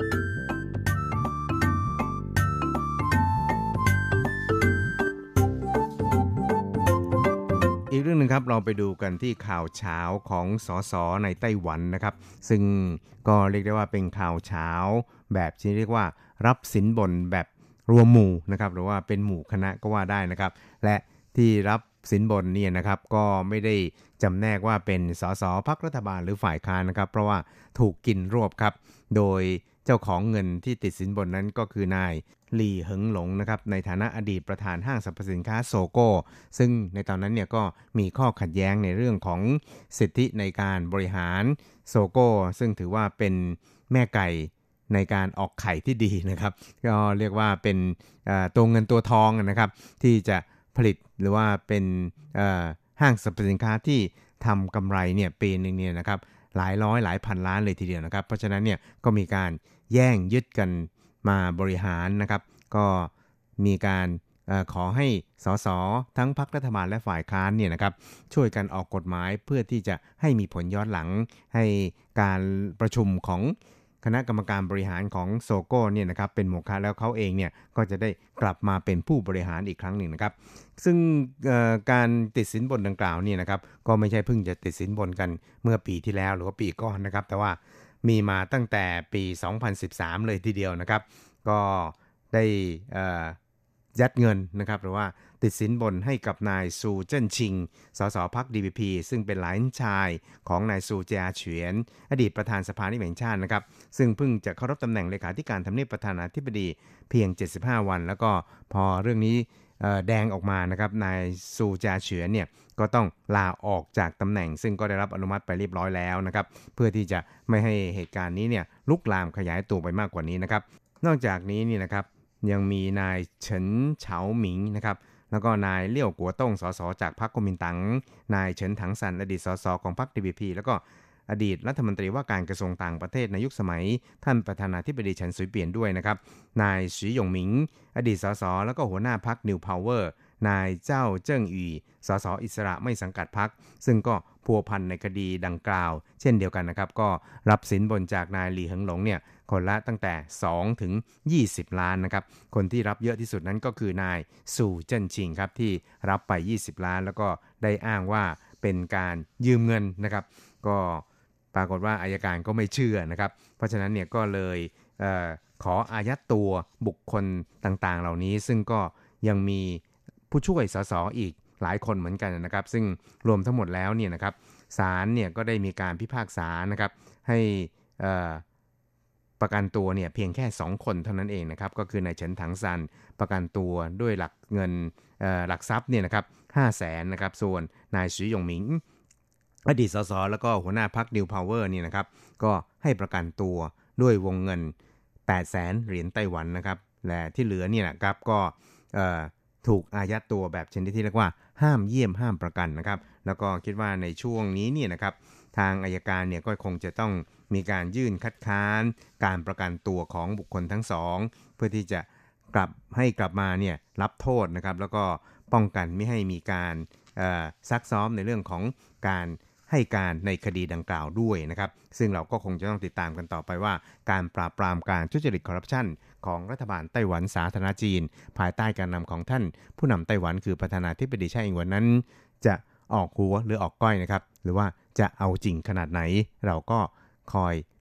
อีกเรื่องนึงครับเราไปดูกันที่ข่าวเช้าของสสในไต้หวันนะครับซึ่งก็เรียกได้ว่าเป็นข่าวเช้าแบบที่เรียกว่ารับสินบนแบบรวมหมู่นะครับหรือว่าเป็นหมู่คณะก็ว่าได้นะครับและที่รับสินบนเนี่ยนะครับก็ไม่ได้จำแนกว่าเป็นสสพรรครัฐบาลหรือฝ่ายค้านนะครับเพราะว่าถูกกินรวบครับโดยเจ้าของเงินที่ติดสินบนนั้นก็คือนายหลี่เหิงหลงนะครับในฐานะอดีตประธานห้างสรรพสินค้าโซโก้ซึ่งในตอนนั้นเนี่ยก็มีข้อขัดแย้งในเรื่องของสิทธิในการบริหารโซโก้ซึ่งถือว่าเป็นแม่ไก่ในการออกไข่ที่ดีนะครับก็เรียกว่าเป็นตัวเงินตัวทองนะครับที่จะผลิตหรือว่าเป็นห้างสรรพสินค้าที่ทำกำไรเนี่ยปีนึงเนี่ยนะครับหลายร้อยหลายพันล้านเลยทีเดียวนะครับเพราะฉะนั้นเนี่ยก็มีการแย่งยึดกันมาบริหารนะครับก็มีการเอ่อขอให้สสทั้งพรรครัฐบาลและฝ่ายค้านเนี่ยนะครับช่วยกันออกกฎหมายเพื่อที่จะให้มีผลย้อนหลังให้การประชุมของคณะกรรมการบริหารของโซโก้เนี่ยนะครับเป็นโมฆะแล้วเขาเองเนี่ยก็จะได้กลับมาเป็นผู้บริหารอีกครั้งหนึ่งนะครับซึ่งการติดสินบนดังกล่าวเนี่ยนะครับก็ไม่ใช่เพิ่งจะติดสินบนกันเมื่อปีที่แล้วหรือว่าปีก่อนนะครับแต่ว่ามีมาตั้งแต่ปีสองพันสิบสามเลยทีเดียวนะครับก็ได้ยัดเงินนะครับหรือว่าติดสินบนให้กับนายซูเจิ้นชิงสสพรรค ดี พี พี ซึ่งเป็นหลานชายของนายซูเจียเฉียนอดีตประธานสภานิติบัญญัติแห่งชาตินะครับซึ่งเพิ่งจะเข้ารับตำแหน่งเลขาธิการทำเนียบประธานาธิบดีเพียงเจ็ดสิบห้าวันแล้วก็พอเรื่องนี้แดงออกมานะครับนายซูเจียเฉียนเนี่ยก็ต้องลาออกจากตำแหน่งซึ่งก็ได้รับอนุมัติไปเรียบร้อยแล้วนะครับเพื่อที่จะไม่ให้เหตุการณ์นี้เนี่ยลุกลามขยายตัวไปมากกว่านี้นะครับนอกจากนี้นี่นะครับยังมีนายเฉินเฉาหมิงนะครับแล้วก็นายเลี่ยวกัวต้งสสจากพรรคก๊กมินตั๋งนายเฉินถังซันอดีตสสของพรรค ดี พี พี แล้วก็อดีตรัฐมนตรีว่าการกระทรวงต่างประเทศในยุคสมัยท่านประธานาธิบดีเฉินซุยเปี่ยนด้วยนะครับนายสีหยงหมิงอดีตสสแล้วก็หัวหน้าพรรค New Power นายเจ้าเจิ้งอีสสอิสระไม่สังกัดพรรคซึ่งก็พัวพันในคดีดังกล่าวเช่นเดียวกันนะครับก็รับสินบนจากนายหลี่เหิงหลงเนี่ยคนละตั้งแต่สองถึงยี่สิบล้านนะครับคนที่รับเยอะที่สุดนั้นก็คือนายซูเจิ้นชิงครับที่รับไปยี่สิบล้านแล้วก็ได้อ้างว่าเป็นการยืมเงินนะครับก็ปรากฏว่าอัยการก็ไม่เชื่อนะครับเพราะฉะนั้นเนี่ยก็เลยเอ่อขออายัดตัวบุคคลต่างๆเหล่านี้ซึ่งก็ยังมีผู้ช่วยสสอีกหลายคนเหมือนกันนะครับซึ่งรวมทั้งหมดแล้วเนี่ยนะครับศาลเนี่ยก็ได้มีการพิพากษานะครับให้เอ่อประกันตัวเนี่ยเพียงแค่สองคนเท่านั้นเองนะครับก็คือนายเฉินถังซันประกันตัวด้วยหลักเงินเอ่อหลักทรัพย์เนี่ยนะครับ ห้าแสน นะครับส่วนนายสีหยงหมิงอดีตสสแล้วก็หัวหน้าพรรค New Power เนี่ยนะครับก็ให้ประกันตัวด้วยวงเงิน แปดแสน เหรียญไต้หวันนะครับและที่เหลือเนี่ยนะครับก็เอ่อถูกอายัดตัวแบบชนิดที่เรียกว่าห้ามเยี่ยมห้ามประกันนะครับแล้วก็คิดว่าในช่วงนี้เนี่ยนะครับทางอัยการเนี่ยก็คงจะต้องมีการยื่นคัดค้านการประกันตัวของบุคคลทั้งสองเพื่อที่จะกลับให้กลับมาเนี่ยรับโทษนะครับแล้วก็ป้องกันไม่ให้มีการซักซ้อมในเรื่องของการให้การในคดีดังกล่าวด้วยนะครับซึ่งเราก็คงจะต้องติดตามกันต่อไปว่าการปราบปรามการทุจริตคอร์รัปชันของรัฐบาลไต้หวันสาธารณจีนภายใต้การนำของท่านผู้นำไต้หวันคือประธานาธิบดีไช่อิงเหวินนั้นจะออกหัวหรือออกก้อยนะครับหรือว่าจะเอาจริงขนาดไหนเราก็คอย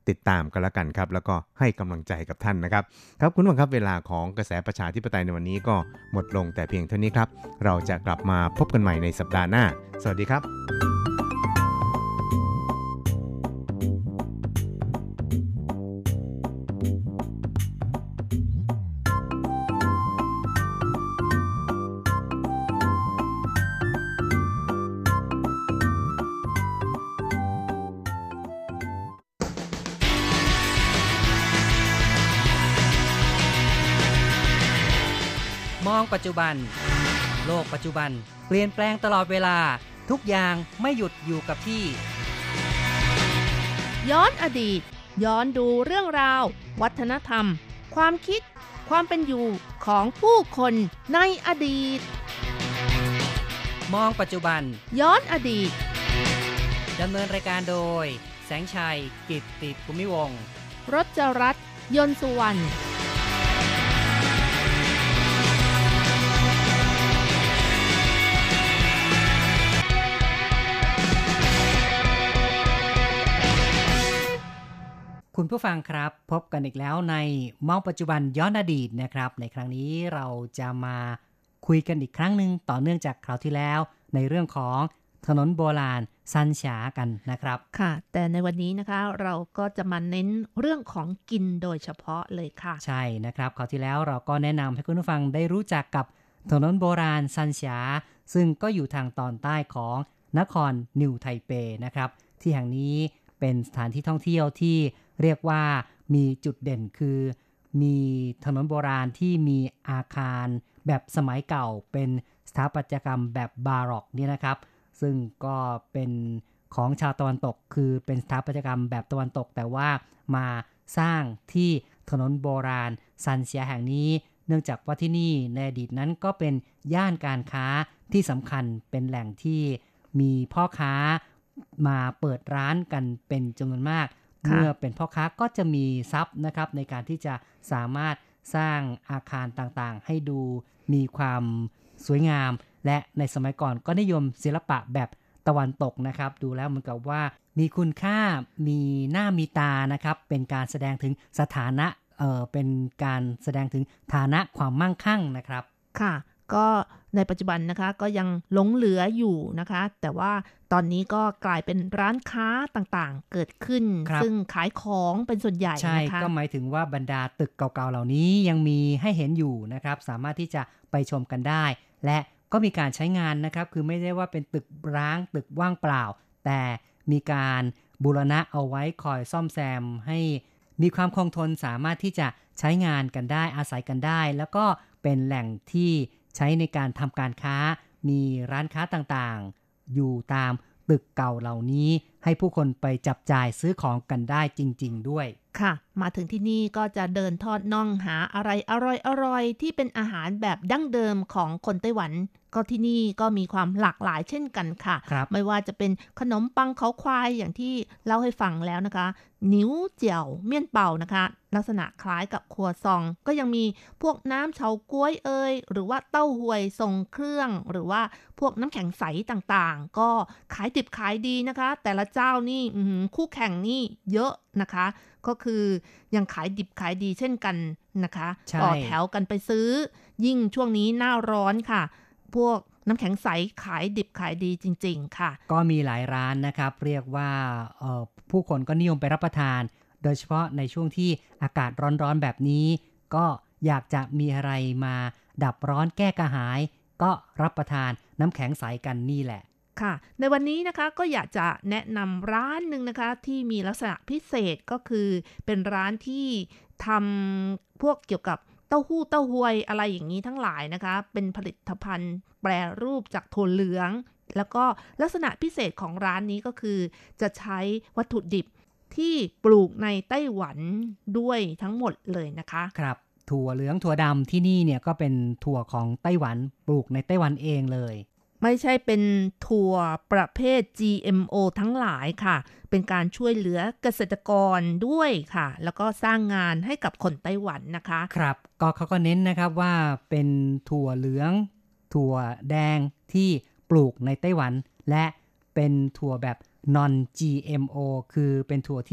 ติดตามกันละกันครับแล้วก็ให้กำลังใจกับท่านนะครับครับคุณผู้ฟังครับเวลาของกระแสประชาธิปไตยในวันนี้ก็หมดลงแต่เพียงเท่านี้ครับเราจะกลับมาพบกันใหม่ในสัปดาห์หน้าสวัสดีครับมองปัจจุบันโลกปัจจุบันเปลี่ยนแปลงตลอดเวลาทุกอย่างไม่หยุดอยู่กับที่ย้อนอดีตย้อนดูเรื่องราววัฒนธรรมความคิดความเป็นอยู่ของผู้คนในอดีตมองปัจจุบันย้อนอดีตดำเนินรายการโดยแสงชัยกิตติภูมิวงศ์รจรัตน์ยนต์สุวรรณคุณผู้ฟังครับพบกันอีกแล้วในมองปัจจุบันย้อนอดีตนะครับในครั้งนี้เราจะมาคุยกันอีกครั้งนึงต่อเนื่องจากคราวที่แล้วในเรื่องของถนนโบราณซันฉากันนะครับค่ะแต่ในวันนี้นะคะเราก็จะมาเน้นเรื่องของกินโดยเฉพาะเลยค่ะใช่นะครับคราวที่แล้วเราก็แนะนำให้คุณผู้ฟังได้รู้จักกับถนนโบราณซันฉาซึ่งก็อยู่ทางตอนใต้ของนครนิวไทเปนะครับที่แห่งนี้เป็นสถานที่ท่องเที่ยวที่เรียกว่ามีจุดเด่นคือมีถนนโบราณที่มีอาคารแบบสมัยเก่าเป็นสถาปัตยกรรมแบบบาร็อกนี่นะครับซึ่งก็เป็นของชาวตะวันตกคือเป็นสถาปัตยกรรมแบบตะวันตกแต่ว่ามาสร้างที่ถนนโบราณซันเซียแห่งนี้เนื่องจากว่าที่นี่ในอดีตนั้นก็เป็นย่านการค้าที่สำคัญเป็นแหล่งที่มีพ่อค้ามาเปิดร้านกันเป็นจำนวนมากเมื่อเป็นพ่อค้าก็จะมีทรัพย์นะครับในการที่จะสามารถสร้างอาคารต่างๆให้ดูมีความสวยงามและในสมัยก่อนก็นิยมศิลปะแบบตะวันตกนะครับดูแล้วเหมือนกับว่ามีคุณค่ามีหน้ามีตานะครับเป็นการแสดงถึงสถานะเอ่อเป็นการแสดงถึงฐานะความมั่งคั่งนะครับค่ะก็ในปัจจุบันนะคะก็ยังหลงเหลืออยู่นะคะแต่ว่าตอนนี้ก็กลายเป็นร้านค้าต่างๆเกิดขึ้นซึ่งขายของเป็นส่วนใหญ่ใช่นะคะก็หมายถึงว่าบรรดาตึกเก่าๆเหล่านี้ยังมีให้เห็นอยู่นะครับสามารถที่จะไปชมกันได้และก็มีการใช้งานนะครับคือไม่ได้ว่าเป็นตึกร้างตึกว่างเปล่าแต่มีการบูรณะเอาไว้คอยซ่อมแซมให้มีความคงทนสามารถที่จะใช้งานกันได้อาศัยกันได้แล้วก็เป็นแหล่งที่ใช้ในการทำการค้ามีร้านค้าต่างๆอยู่ตามตึกเก่าเหล่านี้ให้ผู้คนไปจับจ่ายซื้อของกันได้จริงๆด้วยค่ะมาถึงที่นี่ก็จะเดินทอดน่องหาอะไรอร่อยๆที่เป็นอาหารแบบดั้งเดิมของคนไต้หวันก็ที่นี่ก็มีความหลากหลายเช่นกันค่ะไม่ว่าจะเป็นขนมปังเขาควายอย่างที่เล่าให้ฟังแล้วนะคะนิ้วเจียวเมี่ยนเป่านะคะลักษณะคล้ายกับครัวซองก็ยังมีพวกน้ำเฉาก๊วยเอ่ยหรือว่าเต้าหวยทรงเครื่องหรือว่าพวกน้ำแข็งใสต่างๆก็ขายดิบขายดีนะคะแต่ละเจ้านี่คู่แข่งนี่เยอะนะคะก็คือยังขายดิบขายดีเช่นกันนะคะต่อแถวกันไปซื้อยิ่งช่วงนี้หน้าร้อนค่ะพวกน้ำแข็งใสขายดิบขายดีจริงๆค่ะก็มีหลายร้านนะครับเรียกว่าผู้คนก็นิยมไปรับประทานโดยเฉพาะในช่วงที่อากาศร้อนๆแบบนี้ก็อยากจะมีอะไรมาดับร้อนแก้กระหายก็รับประทานน้ำแข็งใสกันนี่แหละค่ะในวันนี้นะคะก็อยากจะแนะนำร้านหนึ่งนะคะที่มีลักษณะพิเศษก็คือเป็นร้านที่ทำพวกเกี่ยวกับเต้าหู้เต้าหวยอะไรอย่างนี้ทั้งหลายนะคะเป็นผลิตภัณฑ์แปรรูปจากถั่วเหลืองแล้วก็ลักษณะพิเศษของร้านนี้ก็คือจะใช้วัตถุดิบที่ปลูกในไต้หวันด้วยทั้งหมดเลยนะคะครับถั่วเหลืองถั่วดำที่นี่เนี่ยก็เป็นถั่วของไต้หวันปลูกในไต้หวันเองเลยไม่ใช่เป็นถั่วประเภท จี เอ็ม โอ ทั้งหลายค่ะเป็นการช่วยเหลือเกษตรกรด้วยค่ะแล้วก็สร้างงานให้กับคนไต้หวันนะคะครับก็เขาก็เน้นนะครับว่าเป็นถั่วเหลืองถั่วแดงที่ปลูกในไต้หวันและเป็นถั่วแบบ non จี เอ็ม โอ คือเป็นถั่วที่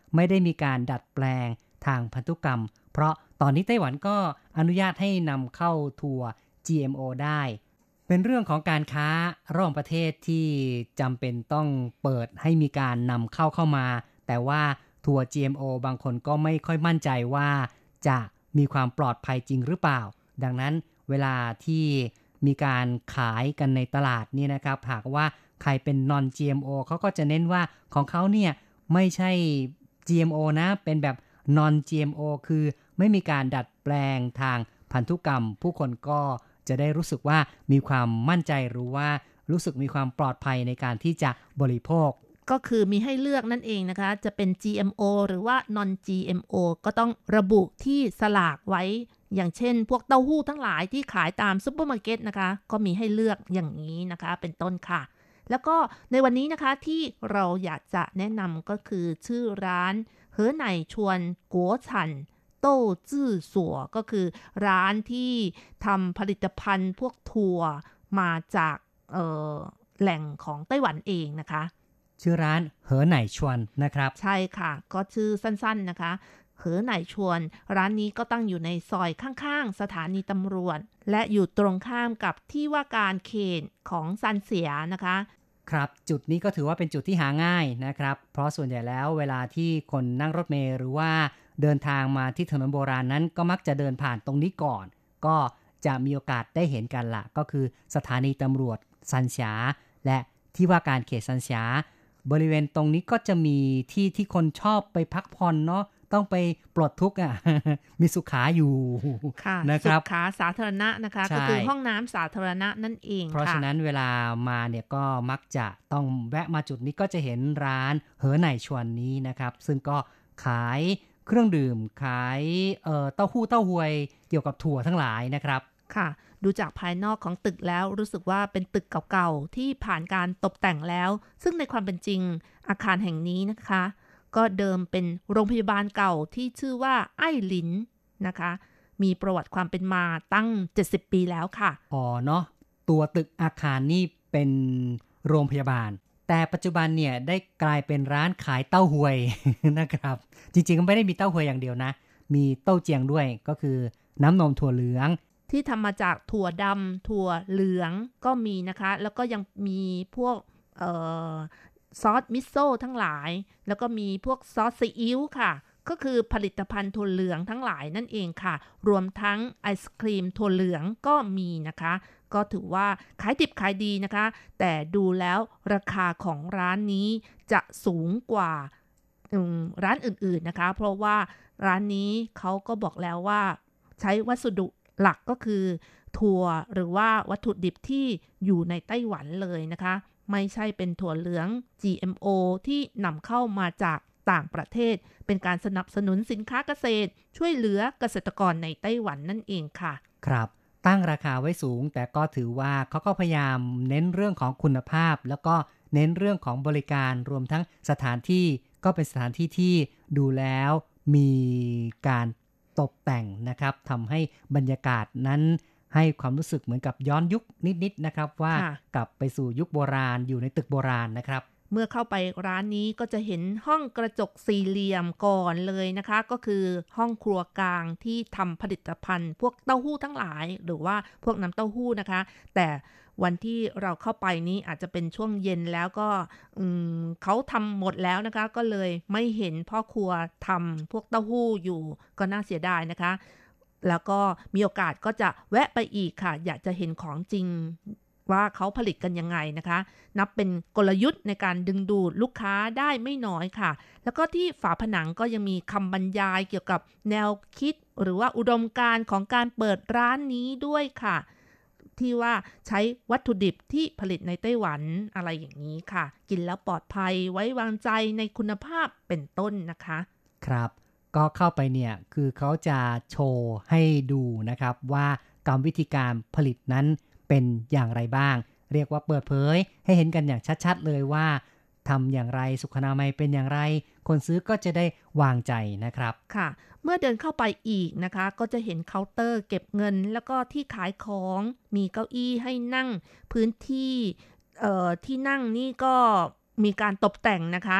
ไม่ได้มีการดัดแปลงทางพันธุกรรมเพราะตอนนี้ไต้หวันก็อนุญาตให้นำเข้าถั่ว จี เอ็ม โอ ได้เป็นเรื่องของการค้าระหว่างประเทศที่จำเป็นต้องเปิดให้มีการนำเข้าเข้ามาแต่ว่าถั่ว จี เอ็ม โอ บางคนก็ไม่ค่อยมั่นใจว่าจะมีความปลอดภัยจริงหรือเปล่าดังนั้นเวลาที่มีการขายกันในตลาดนี่นะครับหากว่าใครเป็น non จี เอ็ม โอ เขาก็จะเน้นว่าของเขาเนี่ยไม่ใช่ จี เอ็ม โอ นะเป็นแบบ non จี เอ็ม โอ คือไม่มีการดัดแปลงทางพันธุกรรมผู้คนก็จะได้รู้สึกว่ามีความมั่นใจหรือว่ารู้สึกมีความปลอดภัยในการที่จะบริโภคก็คือมีให้เลือกนั่นเองนะคะจะเป็น จี เอ็ม โอ หรือว่า non จี เอ็ม โอ ก็ต้องระบุที่สลากไว้อย่างเช่นพวกเต้าหู้ทั้งหลายที่ขายตามซุปเปอร์มาร์เก็ตนะคะก็มีให้เลือกอย่างนี้นะคะเป็นต้นค่ะแล้วก็ในวันนี้นะคะที่เราอยากจะแนะนำก็คือชื่อร้านเหอไหน่ชวนกัวฉันโต้จื้อสัวก็คือร้านที่ทำผลิตภัณฑ์พวกถั่วมาจากเอ่อแหล่งของไต้หวันเองนะคะชื่อร้านเหอไหน่ชวนนะครับใช่ค่ะก็ชื่อสั้นๆนะคะเหอไหน่ชวนร้านนี้ก็ตั้งอยู่ในซอยข้างๆสถานีตำรวจและอยู่ตรงข้ามกับที่ว่าการเขตของซันเสียนะคะครับจุดนี้ก็ถือว่าเป็นจุดที่หาง่ายนะครับเพราะส่วนใหญ่แล้วเวลาที่คนนั่งรถเมล์หรือว่าเดินทางมาที่ถนนโบราณนั้นก็มักจะเดินผ่านตรงนี้ก่อนก็จะมีโอกาสได้เห็นกันละก็คือสถานีตำรวจซันเสียและที่ว่าการเขตซันเสียบริเวณตรงนี้ก็จะมีที่ที่คนชอบไปพักผ่อนเนาะต้องไปปลดทุกข์อ่ะ มีสุขาอยู่นะครับสุขาสาธารณะนะคะก็คือห้องน้ำสาธารณะนั่นเองเพราะฉะนั้นเวลามาเนี่ยก็มักจะต้องแวะมาจุดนี้ก็จะเห็นร้านเหอไหน่ชวนนี้นะครับซึ่งก็ขายเครื่องดื่มขายเอ่อเต้าหู้เต้าหวยเกี่ยวกับถั่วทั้งหลายนะครับค่ะดูจากภายนอกของตึกแล้วรู้สึกว่าเป็นตึกเก่าๆที่ผ่านการตกแต่งแล้วซึ่งในความเป็นจริงอาคารแห่งนี้นะคะก็เดิมเป็นโรงพยาบาลเก่าที่ชื่อว่าไอ้หลินนะคะมีประวัติความเป็นมาตั้งเจ็ดสิบปีแล้วค่ะอ๋อเนาะตัวตึกอาคารนี่เป็นโรงพยาบาลแต่ปัจจุบันเนี่ยได้กลายเป็นร้านขายเต้าหวยนะครับจริงๆก็ไม่ได้มีเต้าหวยอย่างเดียวนะมีเต้าเจียงด้วยก็คือน้ำนมถั่วเหลืองที่ทำมาจากถั่วดำถั่วเหลืองก็มีนะคะแล้วก็ยังมีพวกเอ่อซอสมิโซะทั้งหลายแล้วก็มีพวกซอสซีอิ๊วค่ะก็คือผลิตภัณฑ์ถั่วเหลืองทั้งหลายนั่นเองค่ะรวมทั้งไอศกรีมถั่วเหลืองก็มีนะคะก็ถือว่าขายดิบขายดีนะคะแต่ดูแล้วราคาของร้านนี้จะสูงกว่าร้านอื่นๆนะคะเพราะว่าร้านนี้เขาก็บอกแล้วว่าใช้วัสดุหลักก็คือถั่วหรือว่าวัตถุดิบที่อยู่ในไต้หวันเลยนะคะไม่ใช่เป็นถั่วเหลือง จี เอ็ม โอ ที่นำเข้ามาจากต่างประเทศเป็นการสนับสนุนสินค้าเกษตรช่วยเหลือเกษตรกรในไต้หวันนั่นเองค่ะครับตั้งราคาไว้สูงแต่ก็ถือว่าเขาก็พยายามเน้นเรื่องของคุณภาพแล้วก็เน้นเรื่องของบริการรวมทั้งสถานที่ก็เป็นสถานที่ที่ดูแล้วมีการตกแต่งนะครับทำให้บรรยากาศนั้นให้ความรู้สึกเหมือนกับย้อนยุคนิดๆนะครับว่ากลับไปสู่ยุคโบราณอยู่ในตึกโบราณนะครับเมื่อเข้าไปร้านนี้ก็จะเห็นห้องกระจกสี่เหลี่ยมก่อนเลยนะคะก็คือห้องครัวกลางที่ทำผลิตภัณฑ์พวกเต้าหู้ทั้งหลายหรือว่าพวกน้ำเต้าหู้นะคะแต่วันที่เราเข้าไปนี้อาจจะเป็นช่วงเย็นแล้วก็เขาทำหมดแล้วนะคะก็เลยไม่เห็นพ่อครัวทำพวกเต้าหู้อยู่ก็น่าเสียดายนะคะแล้วก็มีโอกาสก็จะแวะไปอีกค่ะอยากจะเห็นของจริงว่าเขาผลิตกันยังไงนะคะนับเป็นกลยุทธ์ในการดึงดูดลูกค้าได้ไม่น้อยค่ะแล้วก็ที่ฝาผนังก็ยังมีคำบรรยายเกี่ยวกับแนวคิดหรือว่าอุดมการณ์ของการเปิดร้านนี้ด้วยค่ะที่ว่าใช้วัตถุดิบที่ผลิตในไต้หวันอะไรอย่างนี้ค่ะกินแล้วปลอดภัยไว้วางใจในคุณภาพเป็นต้นนะคะครับก็เข้าไปเนี่ยคือเขาจะโชว์ให้ดูนะครับว่ากรรมวิธีการผลิตนั้นเป็นอย่างไรบ้างเรียกว่าเปิดเผยให้เห็นกันอย่างชัดๆเลยว่าทำอย่างไรสุขอนามัยเป็นอย่างไรคนซื้อก็จะได้วางใจนะครับค่ะเมื่อเดินเข้าไปอีกนะคะก็จะเห็นเคาน์เตอร์เก็บเงินแล้วก็ที่ขายของมีเก้าอี้ให้นั่งพื้นที่เอ่อที่นั่งนี่ก็มีการตกแต่งนะคะ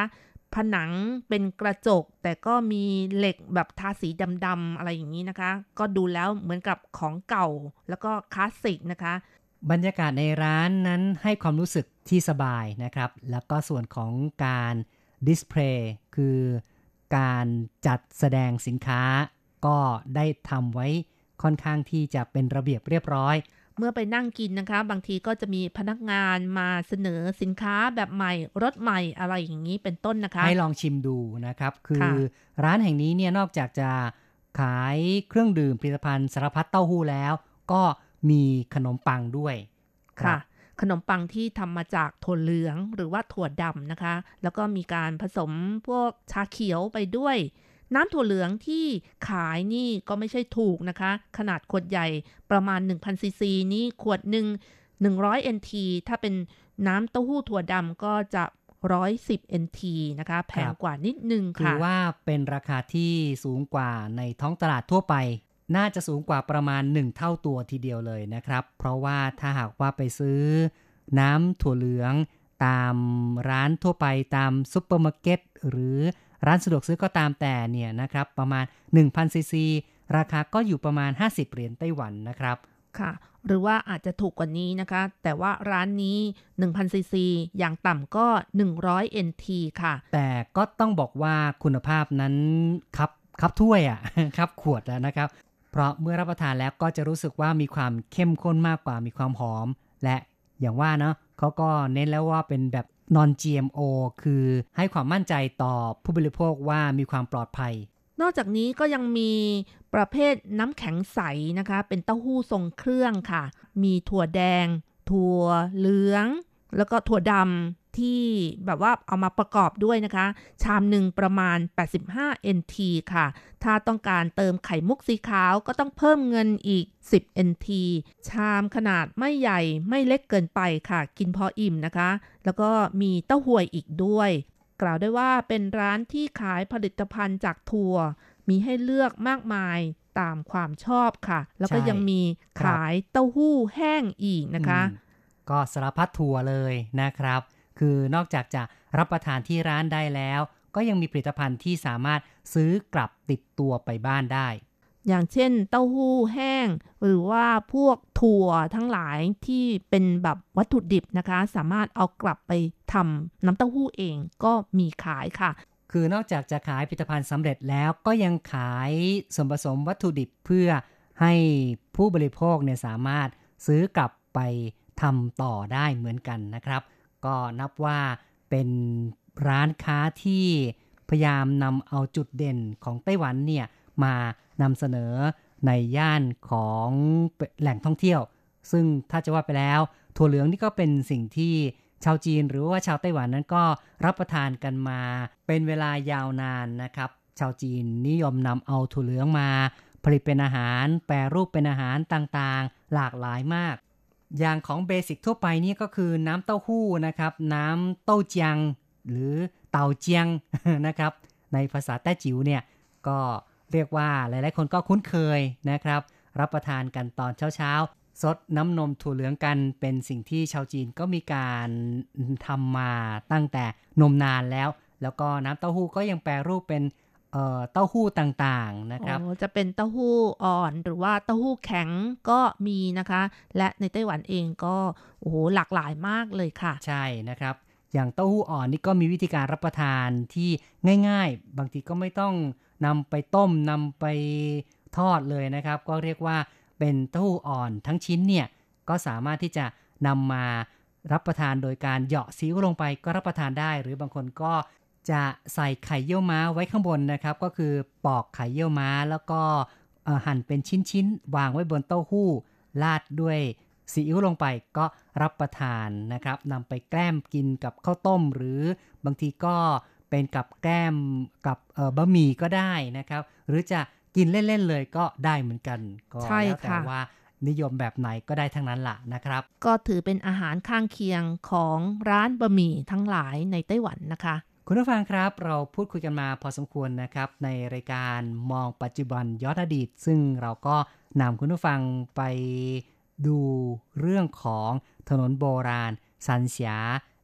ผนังเป็นกระจกแต่ก็มีเหล็กแบบทาสีดำๆอะไรอย่างนี้นะคะก็ดูแล้วเหมือนกับของเก่าแล้วก็คลาสสิกนะคะบรรยากาศในร้านนั้นให้ความรู้สึกที่สบายนะครับแล้วก็ส่วนของการดิสเพลย์คือการจัดแสดงสินค้าก็ได้ทำไว้ค่อนข้างที่จะเป็นระเบียบเรียบร้อยเมื่อไปนั่งกินนะคะบางทีก็จะมีพนักงานมาเสนอสินค้าแบบใหม่รสใหม่อะไรอย่างนี้เป็นต้นนะคะให้ลองชิมดูนะครับคือร้านแห่งนี้เนี่ยนอกจากจะขายเครื่องดื่มผลิตภัณฑ์สารพัดเต้าหู้แล้วก็มีขนมปังด้วยค่ะขนมปังที่ทำมาจากถั่วเหลืองหรือว่าถั่วดำนะคะแล้วก็มีการผสมพวกชาเขียวไปด้วยน้ำถั่วเหลืองที่ขายนี่ก็ไม่ใช่ถูกนะคะขนาดขวดใหญ่ประมาณ หนึ่งพัน ซีซีนี่ขวดหนึ่งหนึ่งร้อย เอ็น ที ถ้าเป็นน้ำเต้าหู้ถั่วดำก็จะหนึ่งร้อยสิบ เอ็น ที นะคะแพงกว่านิดนึงค่ะถือว่าเป็นราคาที่สูงกว่าในท้องตลาดทั่วไปน่าจะสูงกว่าประมาณหนึ่งเท่าตัวทีเดียวเลยนะครับเพราะว่าถ้าหากว่าไปซื้อน้ำถั่วเหลืองตามร้านทั่วไปตามซุปเปอร์มาร์เก็ตหรือร้านสะดวกซื้อก็ตามแต่เนี่ยนะครับประมาณ หนึ่งพัน ซีซี ราคาก็อยู่ประมาณห้าสิบเหรียญไต้หวันนะครับค่ะหรือว่าอาจจะถูกกว่านี้นะคะแต่ว่าร้านนี้ หนึ่งพัน ซีซี อย่างต่ำก็หนึ่งร้อย เอ็น ที ค่ะแต่ก็ต้องบอกว่าคุณภาพนั้นครับครับถ้วยอ่ะ ครับขวดแล้วนะครับเพราะเมื่อรับประทานแล้วก็จะรู้สึกว่ามีความเข้มข้นมากกว่ามีความหอมและอย่างว่าเนาะเขาก็เน้นแล้วว่าเป็นแบบ non จี เอ็ม โอ คือให้ความมั่นใจต่อผู้บริโภคว่ามีความปลอดภัยนอกจากนี้ก็ยังมีประเภทน้ำแข็งใสนะคะเป็นเต้าหู้ทรงเครื่องค่ะมีถั่วแดงถั่วเหลืองแล้วก็ถั่วดำที่แบบว่าเอามาประกอบด้วยนะคะชามหนึ่งประมาณแปดสิบห้า เอ็น ที ค่ะถ้าต้องการเติมไข่มุกสีขาวก็ต้องเพิ่มเงินอีกสิบ เอ็น ที ชามขนาดไม่ใหญ่ไม่เล็กเกินไปค่ะกินพออิ่มนะคะแล้วก็มีเต้าหวยอีกด้วยกล่าวได้ว่าเป็นร้านที่ขายผลิตภัณฑ์จากถั่วมีให้เลือกมากมายตามความชอบค่ะแล้วก็ยังมีขายเต้าหู้แห้งอีกนะคะก็สารพัดถั่วเลยนะครับคือนอกจากจะรับประทานที่ร้านได้แล้วก็ยังมีผลิตภัณฑ์ที่สามารถซื้อกลับติดตัวไปบ้านได้อย่างเช่นเต้าหู้แห้งหรือว่าพวกถั่วทั้งหลายที่เป็นแบบวัตถุดิบนะคะสามารถเอากลับไปทำน้ำเต้าหู้เองก็มีขายค่ะคือนอกจากจะขายผลิตภัณฑ์สำเร็จแล้วก็ยังขายส่วนผสมวัตถุดิบเพื่อให้ผู้บริโภคเนี่ยสามารถซื้อกลับไปทำต่อได้เหมือนกันนะครับก็นับว่าเป็นร้านค้าที่พยายามนำเอาจุดเด่นของไต้หวันเนี่ยมานำเสนอในย่านของแหล่งท่องเที่ยวซึ่งถ้าจะว่าไปแล้วถั่วเหลืองนี่ก็เป็นสิ่งที่ชาวจีนหรือว่าชาวไต้หวันนั้นก็รับประทานกันมาเป็นเวลายาวนานนะครับชาวจีนนิยมนำเอาถั่วเหลืองมาผลิตเป็นอาหารแปรรูปเป็นอาหารต่างๆหลากหลายมากอย่างของเบสิกทั่วไปนี่ก็คือน้ำเต้าหู้นะครับน้ำเต้าเจียงหรือเต้าเจียงนะครับในภาษาแต้จิ๋วเนี่ยก็เรียกว่าหลายๆคนก็คุ้นเคยนะครับรับประทานกันตอนเช้าๆสดน้ำนมถั่วเหลืองกันเป็นสิ่งที่ชาวจีนก็มีการทำมาตั้งแต่นมนานแล้วแล้วก็น้ำเต้าหู้ก็ยังแปรรูปเป็นเอ่อเต้าหู้ต่างๆนะครับจะเป็นเต้าหู้อ่อนหรือว่าเต้าหู้แข็งก็มีนะคะและในไต้หวันเองก็โอ้โหหลากหลายมากเลยค่ะใช่นะครับอย่างเต้าหู้อ่อนนี่ก็มีวิธีการรับประทานที่ง่ายๆบางทีก็ไม่ต้องนำไปต้มนำไปทอดเลยนะครับก็เรียกว่าเป็นเต้าหู้อ่อนทั้งชิ้นเนี่ยก็สามารถที่จะนำมารับประทานโดยการเหยาะซีอิ๊วลงไปก็รับประทานได้หรือบางคนก็จะใส่ไข่เยี่ยวม้าไว้ข้างบนนะครับก็คือปอกไข่เยี่ยวม้าแล้วก็หั่นเป็นชิ้นๆวางไว้บนเต้าหู้ราดด้วยซีอิ๊วลงไปก็รับประทานนะครับนำไปแกล้มกินกับข้าวต้มหรือบางทีก็เป็นกับแกล้มกับบะหมี่ก็ได้นะครับหรือจะกินเล่นๆเลยก็ได้เหมือนกันก็แล้วแต่ว่านิยมแบบไหนก็ได้ทั้งนั้นล่ะนะครับก็ถือเป็นอาหารข้างเคียงของร้านบะหมี่ทั้งหลายในไต้หวันนะคะคุณผู้ฟังครับเราพูดคุยกันมาพอสมควรนะครับในรายการมองปัจจุบันย้อนอดีตซึ่งเราก็นำคุณผู้ฟังไปดูเรื่องของถนนโบราณซันเสีย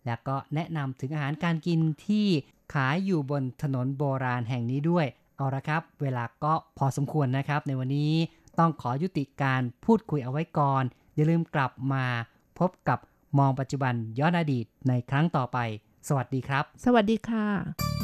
แล้วก็แนะนำถึงอาหารการกินที่ขายอยู่บนถนนโบราณแห่งนี้ด้วยเอาละครับเวลาก็พอสมควรนะครับในวันนี้ต้องขอยุติการพูดคุยเอาไว้ก่อนอย่าลืมกลับมาพบกับมองปัจจุบันย้อนอดีตในครั้งต่อไปสวัสดีครับสวัสดีค่ะ